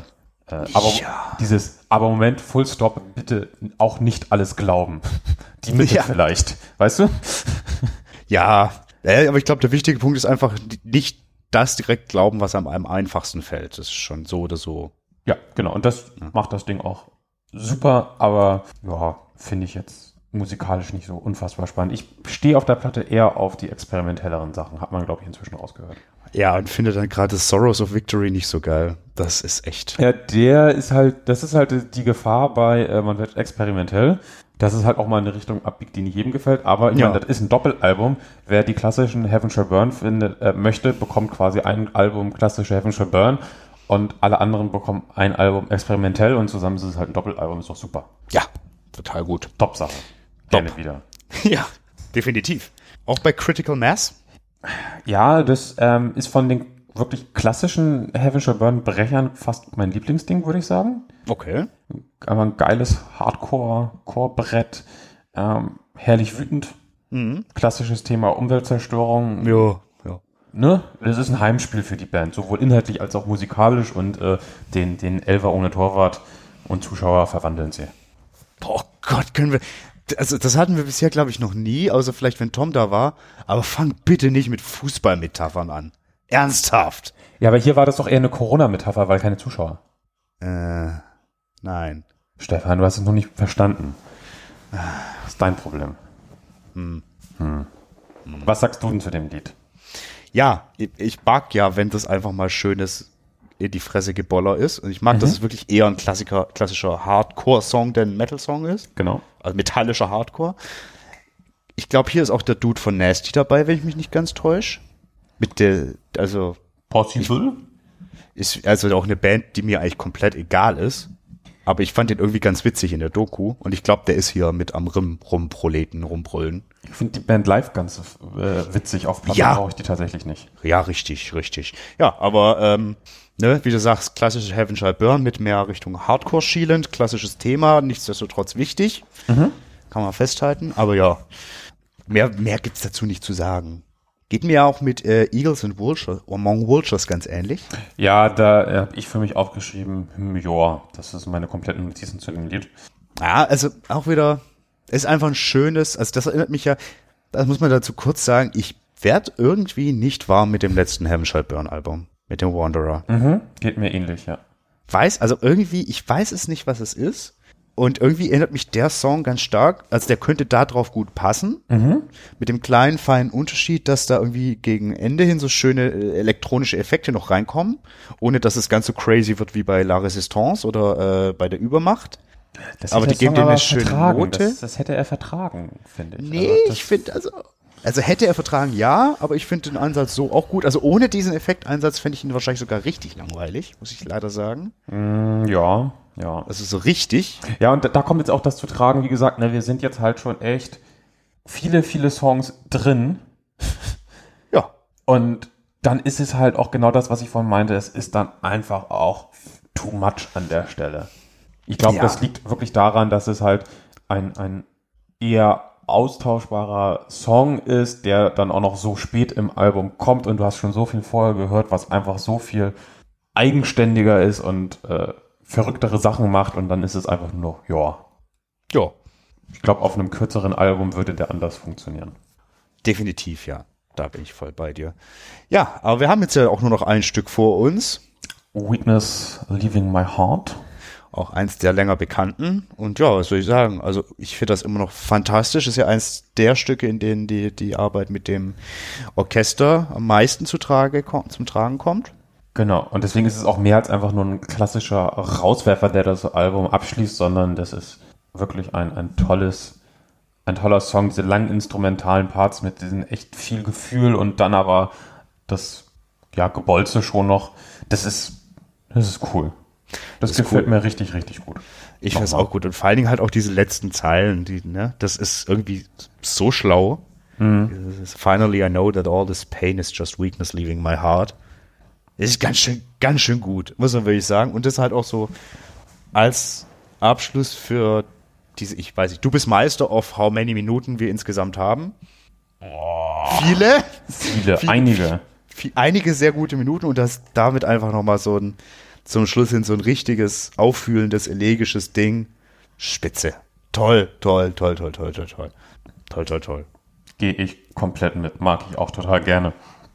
aber Moment, Full Stop, bitte auch nicht alles glauben. Die Mitte vielleicht, weißt du? Ja, aber ich glaube, der wichtige Punkt ist einfach nicht das direkt glauben, was einem am einfachsten fällt. Das ist schon so oder so. Ja, genau. Und das macht das Ding auch super, aber ja, finde ich jetzt musikalisch nicht so unfassbar spannend. Ich stehe auf der Platte eher auf die experimentelleren Sachen, hat man, glaube ich, inzwischen rausgehört. Ja, und finde dann gerade Sorrows of Victory nicht so geil. Das ist echt. Ja, das ist halt die Gefahr bei, man wird experimentell, dass es halt auch mal in eine Richtung abbiegt, die nicht jedem gefällt, aber ich meine, das ist ein Doppelalbum. Wer die klassischen Heaven Shall Burn möchte, bekommt quasi ein Album klassische Heaven Shall Burn und alle anderen bekommen ein Album experimentell und zusammen ist es halt ein Doppelalbum, ist doch super. Ja, total gut. Top-Sache. Gerne wieder. Ja, definitiv. Auch bei Critical Mass? Ja, das ist von den wirklich klassischen Heaven Shall Burn Brechern fast mein Lieblingsding, würde ich sagen. Okay. Aber ein geiles Hardcore-Brett, herrlich wütend. Klassisches Thema Umweltzerstörung. Ja. Ne? Das ist ein Heimspiel für die Band, sowohl inhaltlich als auch musikalisch und den Elfer ohne Torwart und Zuschauer verwandeln sie. Boah Gott, können wir... Also das hatten wir bisher, glaube ich, noch nie, außer vielleicht, wenn Tom da war. Aber fang bitte nicht mit Fußballmetaphern an. Ernsthaft. Ja, aber hier war das doch eher eine Corona-Metapher, weil keine Zuschauer. Nein. Stefan, du hast es noch nicht verstanden. Das ist dein Problem. Was sagst du denn zu dem Lied? Ja, ich mag ja, wenn das einfach mal schönes in die Fresse Geboller ist. Und ich mag, dass es wirklich eher ein klassischer Hardcore-Song, der ein Metal-Song ist. Genau. Also metallischer Hardcore. Ich glaube, hier ist auch der Dude von Nasty dabei, wenn ich mich nicht ganz täusche. Possible? Ist also auch eine Band, die mir eigentlich komplett egal ist. Aber ich fand den irgendwie ganz witzig in der Doku. Und ich glaube, der ist hier mit am rumbrüllen. Ich finde die Band live ganz witzig. Auf Platte brauche ich die tatsächlich nicht. Ja, richtig. Ja, aber wie du sagst, klassische Heaven Shall Burn mit mehr Richtung Hardcore schielend. Klassisches Thema, nichtsdestotrotz wichtig. Kann man festhalten. Aber ja, mehr gibt's dazu nicht zu sagen. Geht mir ja auch mit Eagles and Vultures, Among Vultures ganz ähnlich. Ja, da habe ich für mich aufgeschrieben, das ist meine kompletten Notizen zu dem Lied. Ja, also auch wieder, ist einfach ein schönes, also das erinnert mich ja, das muss man dazu kurz sagen, ich werd irgendwie nicht warm mit dem letzten Heaven Shall Burn Album, mit dem Wanderer. Geht mir ähnlich, ja. Ich weiß es nicht, was es ist. Und irgendwie erinnert mich der Song ganz stark, also der könnte da drauf gut passen. Mit dem kleinen, feinen Unterschied, dass da irgendwie gegen Ende hin so schöne elektronische Effekte noch reinkommen, ohne dass es ganz so crazy wird wie bei La Resistance oder bei der Übermacht. Aber die geben dem eine schöne Note. Das hätte er vertragen, finde ich. Nee, ich finde, also hätte er vertragen, ja, aber ich finde den Ansatz so auch gut. Also ohne diesen Effekteinsatz fände ich ihn wahrscheinlich sogar richtig langweilig, muss ich leider sagen. Ja. Also so richtig. Ja, und da kommt jetzt auch das zu tragen, wie gesagt, ne, wir sind jetzt halt schon echt viele, viele Songs drin. Ja. Und dann ist es halt auch genau das, was ich vorhin meinte, es ist dann einfach auch too much an der Stelle. Ich glaube, das liegt wirklich daran, dass es halt ein eher austauschbarer Song ist, der dann auch noch so spät im Album kommt und du hast schon so viel vorher gehört, was einfach so viel eigenständiger ist und verrücktere Sachen macht und dann ist es einfach nur, ja. Ich glaube, auf einem kürzeren Album würde der anders funktionieren. Definitiv, ja. Da bin ich voll bei dir. Ja, aber wir haben jetzt ja auch nur noch ein Stück vor uns. Weakness Leaving My Heart. Auch eins der länger bekannten. Und ja, was soll ich sagen? Also ich finde das immer noch fantastisch. Ist ja eins der Stücke, in denen die Arbeit mit dem Orchester am meisten zum Tragen kommt. Genau, und deswegen ist es auch mehr als einfach nur ein klassischer Rauswerfer, der das Album abschließt, sondern das ist wirklich ein toller Song, diese langen instrumentalen Parts mit diesen echt viel Gefühl und dann aber das Gebolze schon noch. Das ist cool. Das gefällt mir richtig, richtig gut. Ich finde es auch gut. Und vor allen Dingen halt auch diese letzten Zeilen, das ist irgendwie so schlau. Finally I know that all this pain is just weakness leaving my heart. Das ist ganz schön gut, muss man wirklich sagen. Und das halt auch so als Abschluss für diese, ich weiß nicht, du bist Meister of how many Minuten wir insgesamt haben. Viele, einige. Einige sehr gute Minuten und das damit einfach nochmal zum Schluss hin so ein richtiges, auffühlendes, elegisches Ding. Spitze. Toll. Gehe ich komplett mit. Mag ich auch total gerne.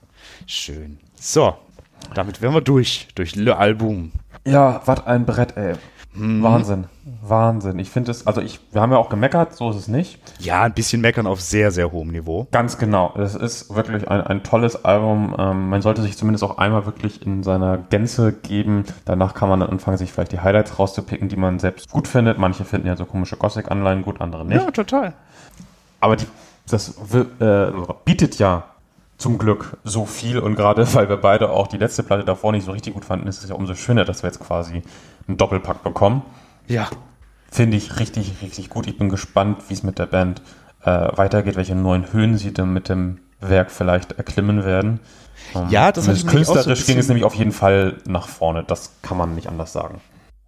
Schön. So, damit wären wir durch Le Album. Ja, was ein Brett, ey. Wahnsinn. Ich finde es, wir haben ja auch gemeckert, so ist es nicht. Ja, ein bisschen meckern auf sehr, sehr hohem Niveau. Ganz genau. Es ist wirklich ein tolles Album. Man sollte sich zumindest auch einmal wirklich in seiner Gänze geben. Danach kann man dann anfangen, sich vielleicht die Highlights rauszupicken, die man selbst gut findet. Manche finden ja so komische Gothic-Anleihen gut, andere nicht. Ja, total. Aber das bietet ja zum Glück so viel und gerade weil wir beide auch die letzte Platte davor nicht so richtig gut fanden, ist es ja umso schöner, dass wir jetzt quasi einen Doppelpack bekommen. Ja. Finde ich richtig, richtig gut. Ich bin gespannt, wie es mit der Band weitergeht, welche neuen Höhen sie dann mit dem Werk vielleicht erklimmen werden. Ja, das ist künstlerisch ging es nämlich auf jeden Fall nach vorne. Das kann man nicht anders sagen.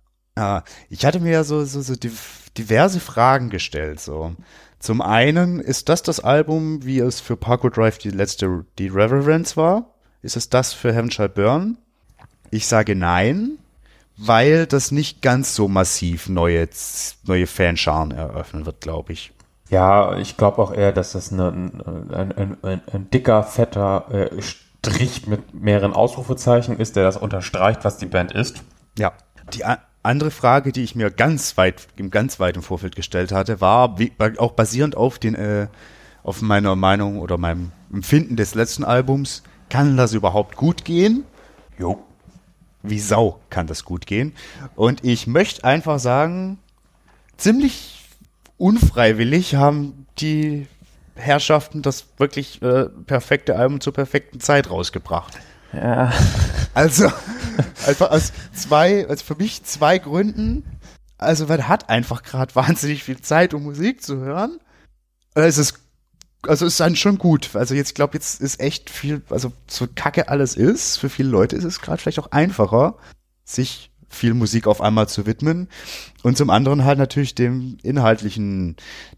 Ich hatte mir ja so diverse Fragen gestellt, so. Zum einen, ist das Album, wie es für Parkway Drive die Reverence war? Ist es das für Heaven Shall Burn? Ich sage nein, weil das nicht ganz so massiv neue Fanscharen eröffnen wird, glaube ich. Ja, ich glaube auch eher, dass das ein dicker, fetter Strich mit mehreren Ausrufezeichen ist, der das unterstreicht, was die Band ist. Ja, die andere Frage, die ich mir ganz weit im Vorfeld gestellt hatte, war auch basierend auf meiner Meinung oder meinem Empfinden des letzten Albums, kann das überhaupt gut gehen? Jo. Wie Sau kann das gut gehen? Und ich möchte einfach sagen, ziemlich unfreiwillig haben die Herrschaften das wirklich perfekte Album zur perfekten Zeit rausgebracht. Ja. Also, einfach für mich zwei Gründen. Also, man hat einfach gerade wahnsinnig viel Zeit, um Musik zu hören. Es ist dann schon gut. Also, ich glaube, jetzt ist echt viel, also, so kacke alles ist, für viele Leute ist es gerade vielleicht auch einfacher, sich viel Musik auf einmal zu widmen. Und zum anderen halt natürlich dem Inhaltlichen,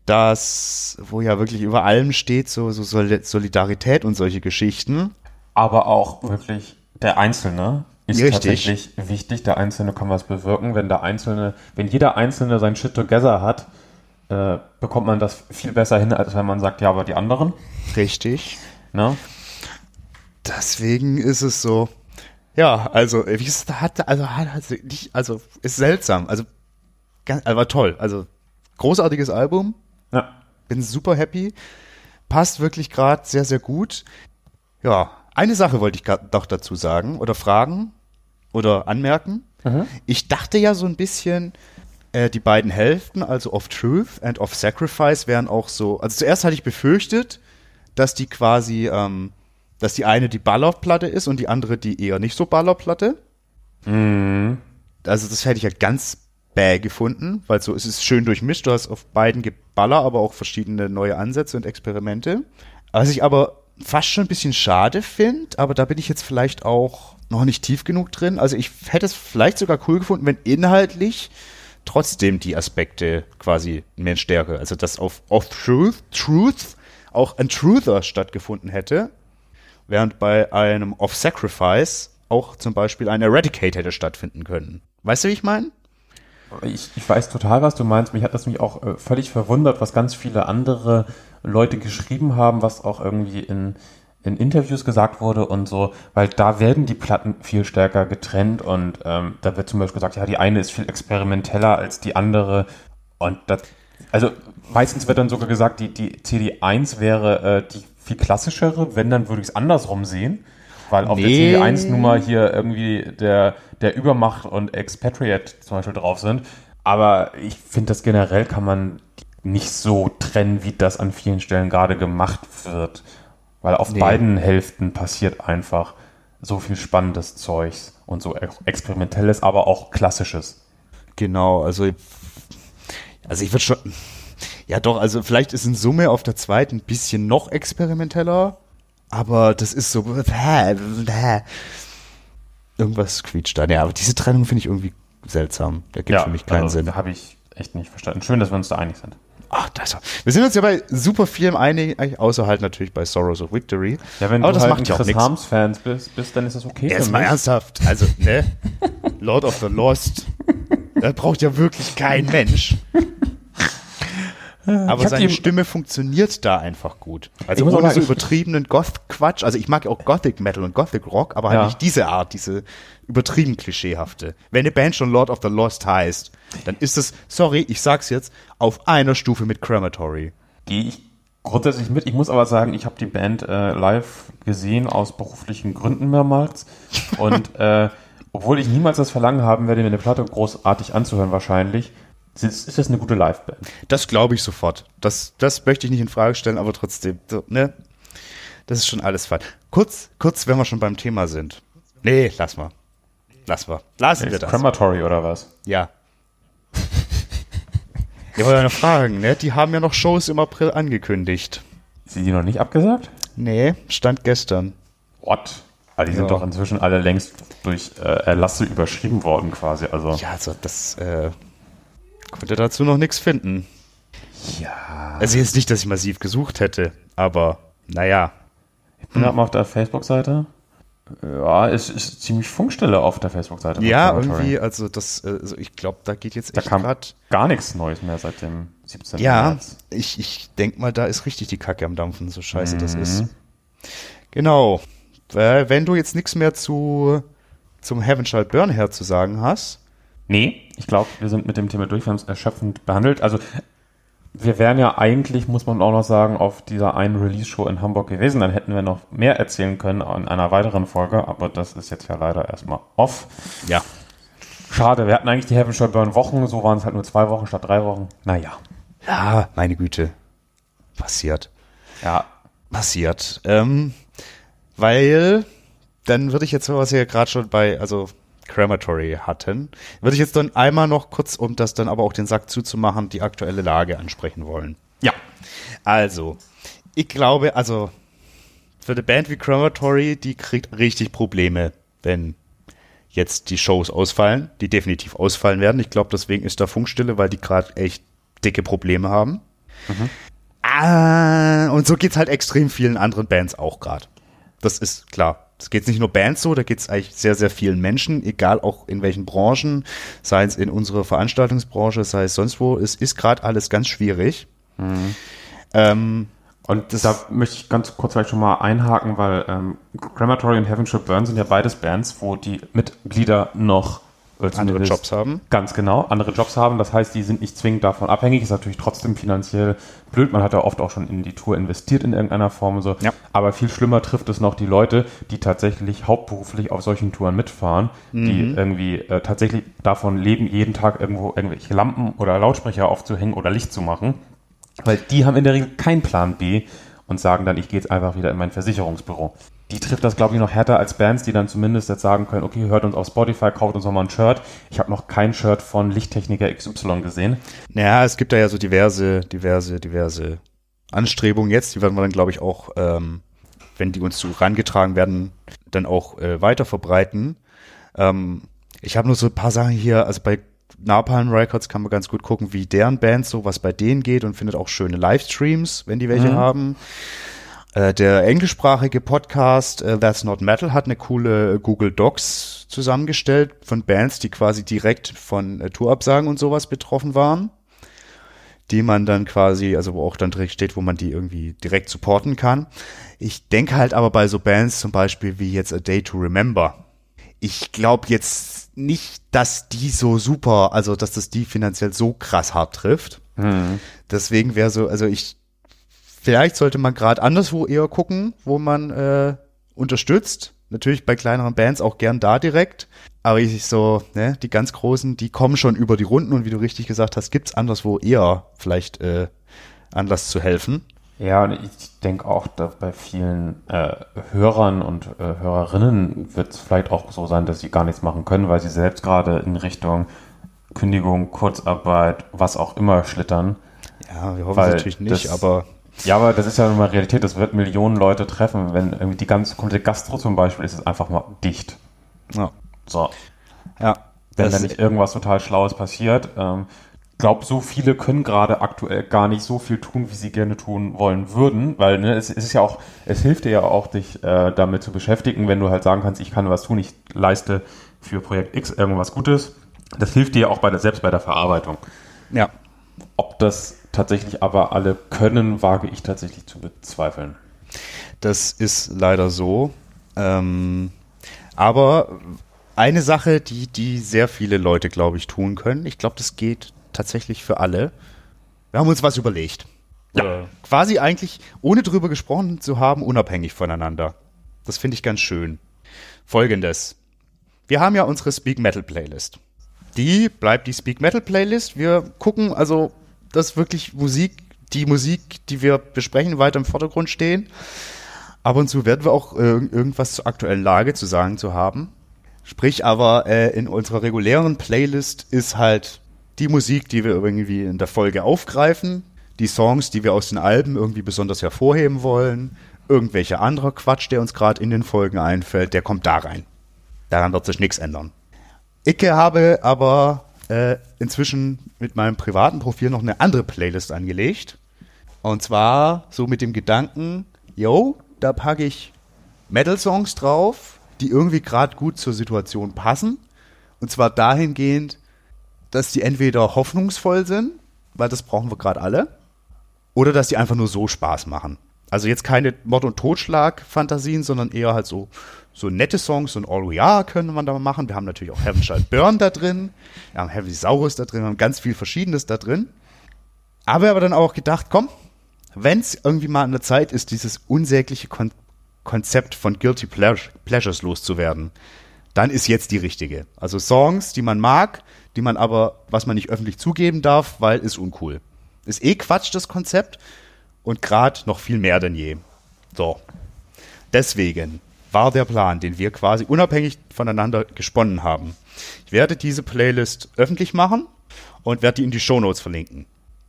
das, wo ja wirklich über allem steht, so Solidarität und solche Geschichten. Aber auch wirklich der Einzelne ist Richtig. Tatsächlich wichtig. Der Einzelne kann was bewirken. Wenn jeder Einzelne sein Shit together hat, bekommt man das viel besser hin, als wenn man sagt, ja, aber die anderen. Richtig. Ne? deswegen ist es so, ja, also, wie gesagt, ist seltsam, also, war toll, also, großartiges Album, Ja. bin super happy, passt wirklich gerade sehr, sehr gut. Ja, eine Sache wollte ich noch dazu sagen oder fragen oder anmerken. Ich dachte ja so ein bisschen, die beiden Hälften, also of Truth and of Sacrifice, wären auch so, also zuerst hatte ich befürchtet, dass die quasi, dass die eine die Ballerplatte ist und die andere die eher nicht so Ballerplatte. Mhm. Also das hätte ich ja ganz bäh gefunden, weil so es ist schön durchmischt, du hast auf beiden Geballer, aber auch verschiedene neue Ansätze und Experimente. Was ich aber fast schon ein bisschen schade finde, aber da bin ich jetzt vielleicht auch noch nicht tief genug drin. Also ich hätte es vielleicht sogar cool gefunden, wenn inhaltlich trotzdem die Aspekte quasi mehr Stärke, also dass auf Truth auch ein Truther stattgefunden hätte, während bei einem Of Sacrifice auch zum Beispiel ein Eradicate hätte stattfinden können. Weißt du, wie ich meine? Ich weiß total, was du meinst. Mich hat das mich auch völlig verwundert, was ganz viele andere Leute geschrieben haben, was auch irgendwie in Interviews gesagt wurde und so, weil da werden die Platten viel stärker getrennt und da wird zum Beispiel gesagt, ja, die eine ist viel experimenteller als die andere und das, also meistens wird dann sogar gesagt, die CD1 wäre die viel klassischere, wenn, dann würde ich es andersrum sehen, weil auf der CD1-Nummer hier irgendwie der Übermacht und Expatriate zum Beispiel drauf sind, aber ich finde, das generell kann man nicht so trennen, wie das an vielen Stellen gerade gemacht wird. Weil auf beiden Hälften passiert einfach so viel spannendes Zeugs und so experimentelles, aber auch klassisches. Genau, also ich würde schon, ja doch, also vielleicht ist in Summe auf der zweiten ein bisschen noch experimenteller, aber das ist so, irgendwas quietscht da. Ja, aber diese Trennung finde ich irgendwie seltsam. Da gibt für mich keinen Sinn. Da habe ich echt nicht verstanden. Schön, dass wir uns da einig sind. Ach, das wir sind uns ja bei super vielem einig, außer halt natürlich bei Sorrows of Victory. Ja, wenn aber du das halt macht ein ja auch Chris nichts. Harms-Fans bist, dann ist das okay für mich. Erstmal ernsthaft, also, ne? Lord of the Lost, das braucht ja wirklich kein Mensch. Aber seine Stimme funktioniert da einfach gut. Also ohne so übertriebenen Goth-Quatsch. Also ich mag ja auch Gothic Metal und Gothic Rock, aber halt nicht diese Art, diese übertrieben klischeehafte. Wenn eine Band schon Lord of the Lost heißt, dann ist es, sorry, ich sag's jetzt, auf einer Stufe mit Crematory. Gehe ich grundsätzlich mit. Ich muss aber sagen, ich habe die Band live gesehen aus beruflichen Gründen mehrmals. Und obwohl ich niemals das Verlangen haben werde, mir eine Platte großartig anzuhören wahrscheinlich, ist das eine gute Live-Band. Das glaube ich sofort. Das möchte ich nicht in Frage stellen, aber trotzdem, so, ne? Das ist schon alles falsch. Kurz, wenn wir schon beim Thema sind. Nee, lassen wir. Lassen wir das. Crematory oder was? Ja. Ich wollte ja noch fragen, ne? Die haben ja noch Shows im April angekündigt. Ist die noch nicht abgesagt? Nee, stand gestern. What? Aber die sind doch inzwischen alle längst durch Erlasse überschrieben worden quasi. Also. Ja, also das konnte dazu noch nichts finden. Ja. Also jetzt nicht, dass ich massiv gesucht hätte, aber naja. Ich bin gerade mal auf der Facebook-Seite. Ja, es ist ziemlich Funkstelle auf der Facebook-Seite. Ja, irgendwie, also das, also ich glaube, da geht jetzt echt gerade gar nichts Neues mehr seit dem 17. März. Ja, ich denke mal, da ist richtig die Kacke am Dampfen, so scheiße das ist. Genau. Wenn du jetzt nichts mehr zum Heaven Shall Burn her zu sagen hast. Nee, ich glaube, wir sind mit dem Thema durch, wir haben es erschöpfend behandelt. Also wir wären ja eigentlich, muss man auch noch sagen, auf dieser einen Release-Show in Hamburg gewesen. Dann hätten wir noch mehr erzählen können in einer weiteren Folge, aber das ist jetzt ja leider erstmal off. Ja. Schade, wir hatten eigentlich die Heaven Shall Burn Wochen, so waren es halt nur 2 Wochen statt 3 Wochen. Naja. Ja, meine Güte. Passiert. Ja. Passiert. Weil, dann würde ich jetzt, was wir ja gerade schon bei, also Crematory hatten, würde ich jetzt dann einmal noch kurz, um das dann aber auch den Sack zuzumachen, die aktuelle Lage ansprechen wollen. Ja. Also, ich glaube, also für eine Band wie Crematory, die kriegt richtig Probleme, wenn jetzt die Shows ausfallen, die definitiv ausfallen werden. Ich glaube, deswegen ist da Funkstille, weil die gerade echt dicke Probleme haben. Und so geht's halt extrem vielen anderen Bands auch gerade. Das ist klar. Es geht nicht nur Bands so, da geht es eigentlich sehr, sehr vielen Menschen, egal auch in welchen Branchen, sei es in unserer Veranstaltungsbranche, sei es sonst wo. Es ist gerade alles ganz schwierig. Und da möchte ich ganz kurz vielleicht schon mal einhaken, weil Crematory und Heaven Shall Burn sind ja beides Bands, wo die Mitglieder noch andere Jobs haben. Ganz genau, andere Jobs haben. Das heißt, die sind nicht zwingend davon abhängig. Ist natürlich trotzdem finanziell blöd. Man hat ja oft auch schon in die Tour investiert in irgendeiner Form und so. Ja. Aber viel schlimmer trifft es noch die Leute, die tatsächlich hauptberuflich auf solchen Touren mitfahren, die irgendwie tatsächlich davon leben, jeden Tag irgendwo irgendwelche Lampen oder Lautsprecher aufzuhängen oder Licht zu machen. Weil die haben in der Regel keinen Plan B und sagen dann, ich gehe jetzt einfach wieder in mein Versicherungsbüro. Die trifft das, glaube ich, noch härter als Bands, die dann zumindest jetzt sagen können, okay, hört uns auf Spotify, kauft uns nochmal ein Shirt. Ich habe noch kein Shirt von Lichttechniker XY gesehen. Naja, es gibt da ja so diverse Anstrebungen jetzt. Die werden wir dann, glaube ich, auch, wenn die uns so rangetragen werden, dann auch weiter verbreiten. Ich habe nur so ein paar Sachen hier, also bei Napalm Records kann man ganz gut gucken, wie deren Band so, was bei denen geht und findet auch schöne Livestreams, wenn die welche haben. Der englischsprachige Podcast That's Not Metal hat eine coole Google Docs zusammengestellt von Bands, die quasi direkt von Tourabsagen und sowas betroffen waren, die man dann quasi, also wo auch dann direkt steht, wo man die irgendwie direkt supporten kann. Ich denke halt aber bei so Bands zum Beispiel wie jetzt A Day to Remember, ich glaube jetzt nicht, dass die so super, also dass das die finanziell so krass hart trifft. Deswegen wäre so, also vielleicht sollte man gerade anderswo eher gucken, wo man unterstützt. Natürlich bei kleineren Bands auch gern da direkt. Aber die ganz großen, die kommen schon über die Runden und wie du richtig gesagt hast, gibt's anderswo eher vielleicht Anlass zu helfen. Ja, und ich denke auch, dass bei vielen Hörern und Hörerinnen wird es vielleicht auch so sein, dass sie gar nichts machen können, weil sie selbst gerade in Richtung Kündigung, Kurzarbeit, was auch immer schlittern. Ja, wir hoffen es natürlich nicht, aber... Ja, aber das ist ja nun mal Realität, das wird Millionen Leute treffen, wenn irgendwie die ganze komplette Gastro zum Beispiel ist es einfach mal dicht. Ja. So. Ja. Wenn da nicht irgendwas total Schlaues passiert. Glaube, so viele können gerade aktuell gar nicht so viel tun, wie sie gerne tun wollen würden, weil es ist ja auch, es hilft dir ja auch, dich damit zu beschäftigen, wenn du halt sagen kannst, ich kann was tun, ich leiste für Projekt X irgendwas Gutes. Das hilft dir ja auch selbst bei der Verarbeitung. Ja. Ob das tatsächlich aber alle können, wage ich tatsächlich zu bezweifeln. Das ist leider so. Aber eine Sache, die sehr viele Leute, glaube ich, tun können, ich glaube, das geht tatsächlich für alle. Wir haben uns was überlegt. Ja. Quasi eigentlich, ohne drüber gesprochen zu haben, unabhängig voneinander. Das finde ich ganz schön. Folgendes. Wir haben ja unsere Speak Metal Playlist. Die bleibt die Speak Metal Playlist. Wir gucken, also, dass wirklich die Musik, die wir besprechen, weiter im Vordergrund stehen. Ab und zu werden wir auch irgendwas zur aktuellen Lage zu sagen zu haben. Sprich aber, in unserer regulären Playlist ist halt die Musik, die wir irgendwie in der Folge aufgreifen, die Songs, die wir aus den Alben irgendwie besonders hervorheben wollen, irgendwelcher anderer Quatsch, der uns gerade in den Folgen einfällt, der kommt da rein. Daran wird sich nichts ändern. Ich habe aber inzwischen mit meinem privaten Profil noch eine andere Playlist angelegt. Und zwar so mit dem Gedanken, da packe ich Metal-Songs drauf, die irgendwie gerade gut zur Situation passen. Und zwar dahingehend, dass die entweder hoffnungsvoll sind, weil das brauchen wir gerade alle, oder dass die einfach nur so Spaß machen. Also jetzt keine Mord- und Totschlag-Fantasien, sondern eher halt so nette Songs, so ein All We Are können wir da machen. Wir haben natürlich auch Heaven Shall Burn da drin, wir haben Heavy Saurus da drin, wir haben ganz viel Verschiedenes da drin. Aber wir haben dann auch gedacht, komm, wenn es irgendwie mal an der Zeit ist, dieses unsägliche Konzept von Guilty Pleasures loszuwerden, dann ist jetzt die richtige. Also Songs, die man mag, die man aber, was man nicht öffentlich zugeben darf, weil ist uncool. Ist Quatsch, das Konzept, und gerade noch viel mehr denn je. So. Deswegen war der Plan, den wir quasi unabhängig voneinander gesponnen haben. Ich werde diese Playlist öffentlich machen und werde die in die Shownotes verlinken.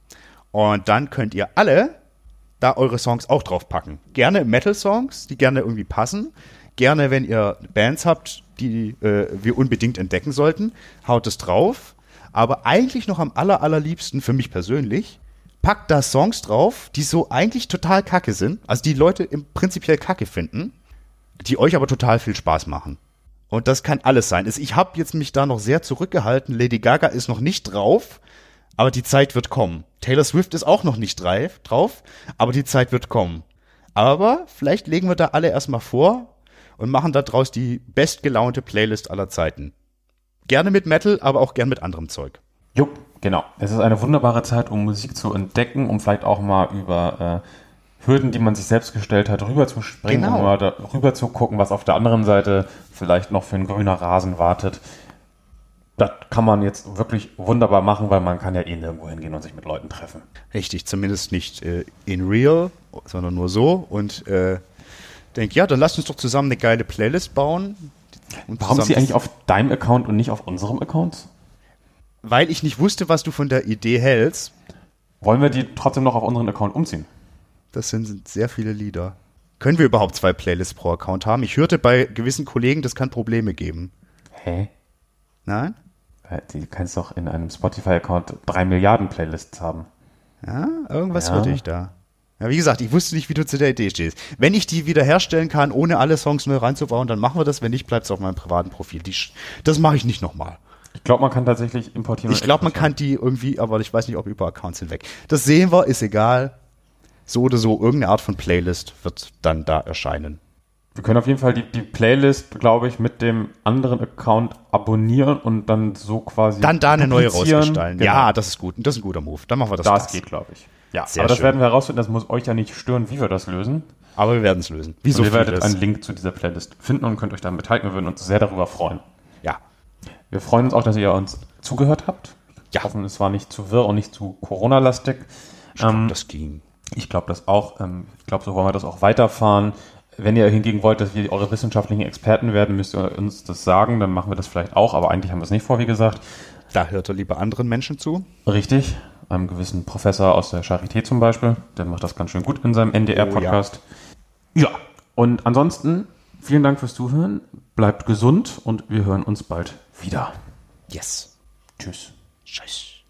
Und dann könnt ihr alle da eure Songs auch drauf packen. Gerne Metal-Songs, die gerne irgendwie passen. Gerne, wenn ihr Bands habt, die wir unbedingt entdecken sollten, haut es drauf. Aber eigentlich noch am allerliebsten für mich persönlich, packt da Songs drauf, die so eigentlich total kacke sind, also die Leute im prinzipiell kacke finden, die euch aber total viel Spaß machen. Und das kann alles sein. Ich habe jetzt mich da noch sehr zurückgehalten. Lady Gaga ist noch nicht drauf, aber die Zeit wird kommen. Taylor Swift ist auch noch nicht drauf, aber die Zeit wird kommen. Aber vielleicht legen wir da alle erstmal vor und machen daraus die bestgelaunte Playlist aller Zeiten. Gerne mit Metal, aber auch gern mit anderem Zeug. Jo, genau. Es ist eine wunderbare Zeit, um Musik zu entdecken, um vielleicht auch mal über Hürden, die man sich selbst gestellt hat, rüber zu springen, Genau. um mal rüber zu gucken, was auf der anderen Seite vielleicht noch für ein grüner Rasen wartet. Das kann man jetzt wirklich wunderbar machen, weil man kann ja eh nirgendwo hingehen und sich mit Leuten treffen. Richtig, zumindest nicht in real, sondern nur so. Und denke, ja, dann lasst uns doch zusammen eine geile Playlist bauen. Und Warum ist zusammen- sie eigentlich auf deinem Account und nicht auf unserem Account? Weil ich nicht wusste, was du von der Idee hältst. Wollen wir die trotzdem noch auf unseren Account umziehen? Das sind sehr viele Lieder. Können wir überhaupt 2 Playlists pro Account haben? Ich hörte bei gewissen Kollegen, das kann Probleme geben. Hä? Nein? Du kannst doch in einem Spotify-Account 3 Milliarden Playlists haben. Ja, irgendwas Ja. hörte ich da. Ja, wie gesagt, ich wusste nicht, wie du zu der Idee stehst. Wenn ich die wieder herstellen kann, ohne alle Songs neu reinzubauen, dann machen wir das. Wenn nicht, bleibt es auf meinem privaten Profil. Das mache ich nicht nochmal. Ich glaube, man kann tatsächlich importieren. Ich glaube, man kann die irgendwie, aber ich weiß nicht, ob über Accounts hinweg. Das sehen wir, ist egal. So oder so, irgendeine Art von Playlist wird dann da erscheinen. Wir können auf jeden Fall die Playlist, glaube ich, mit dem anderen Account abonnieren und dann so quasi Dann da eine neue duplizieren. rausgestalten. Genau. Ja, das ist gut. Das ist ein guter Move. Dann machen wir das. Das geht, glaube ich. Ja, Sehr aber das schön. werden wir herausfinden. Das muss euch ja nicht stören, wie wir das lösen. Aber wir werden es lösen. Wie so Und ihr werdet vieles. einen Link zu dieser Playlist finden und könnt euch dann beteiligen. Wir würden uns sehr darüber freuen. Ja. Wir freuen uns auch, dass ihr uns zugehört habt. Ja. Wir hoffen, es war nicht zu wirr und nicht zu Corona-lastig. Das ging. Ich glaube das auch. Ich glaube, so wollen wir das auch weiterfahren. Wenn ihr hingegen wollt, dass wir eure wissenschaftlichen Experten werden, müsst ihr uns das sagen. Dann machen wir das vielleicht auch. Aber eigentlich haben wir es nicht vor, wie gesagt. Da hört er lieber anderen Menschen zu. Richtig. Einem gewissen Professor aus der Charité zum Beispiel. Der macht das ganz schön gut in seinem NDR-Podcast. Ja. Und ansonsten, vielen Dank fürs Zuhören. Bleibt gesund und wir hören uns bald wieder. Yes. Tschüss. Tschüss.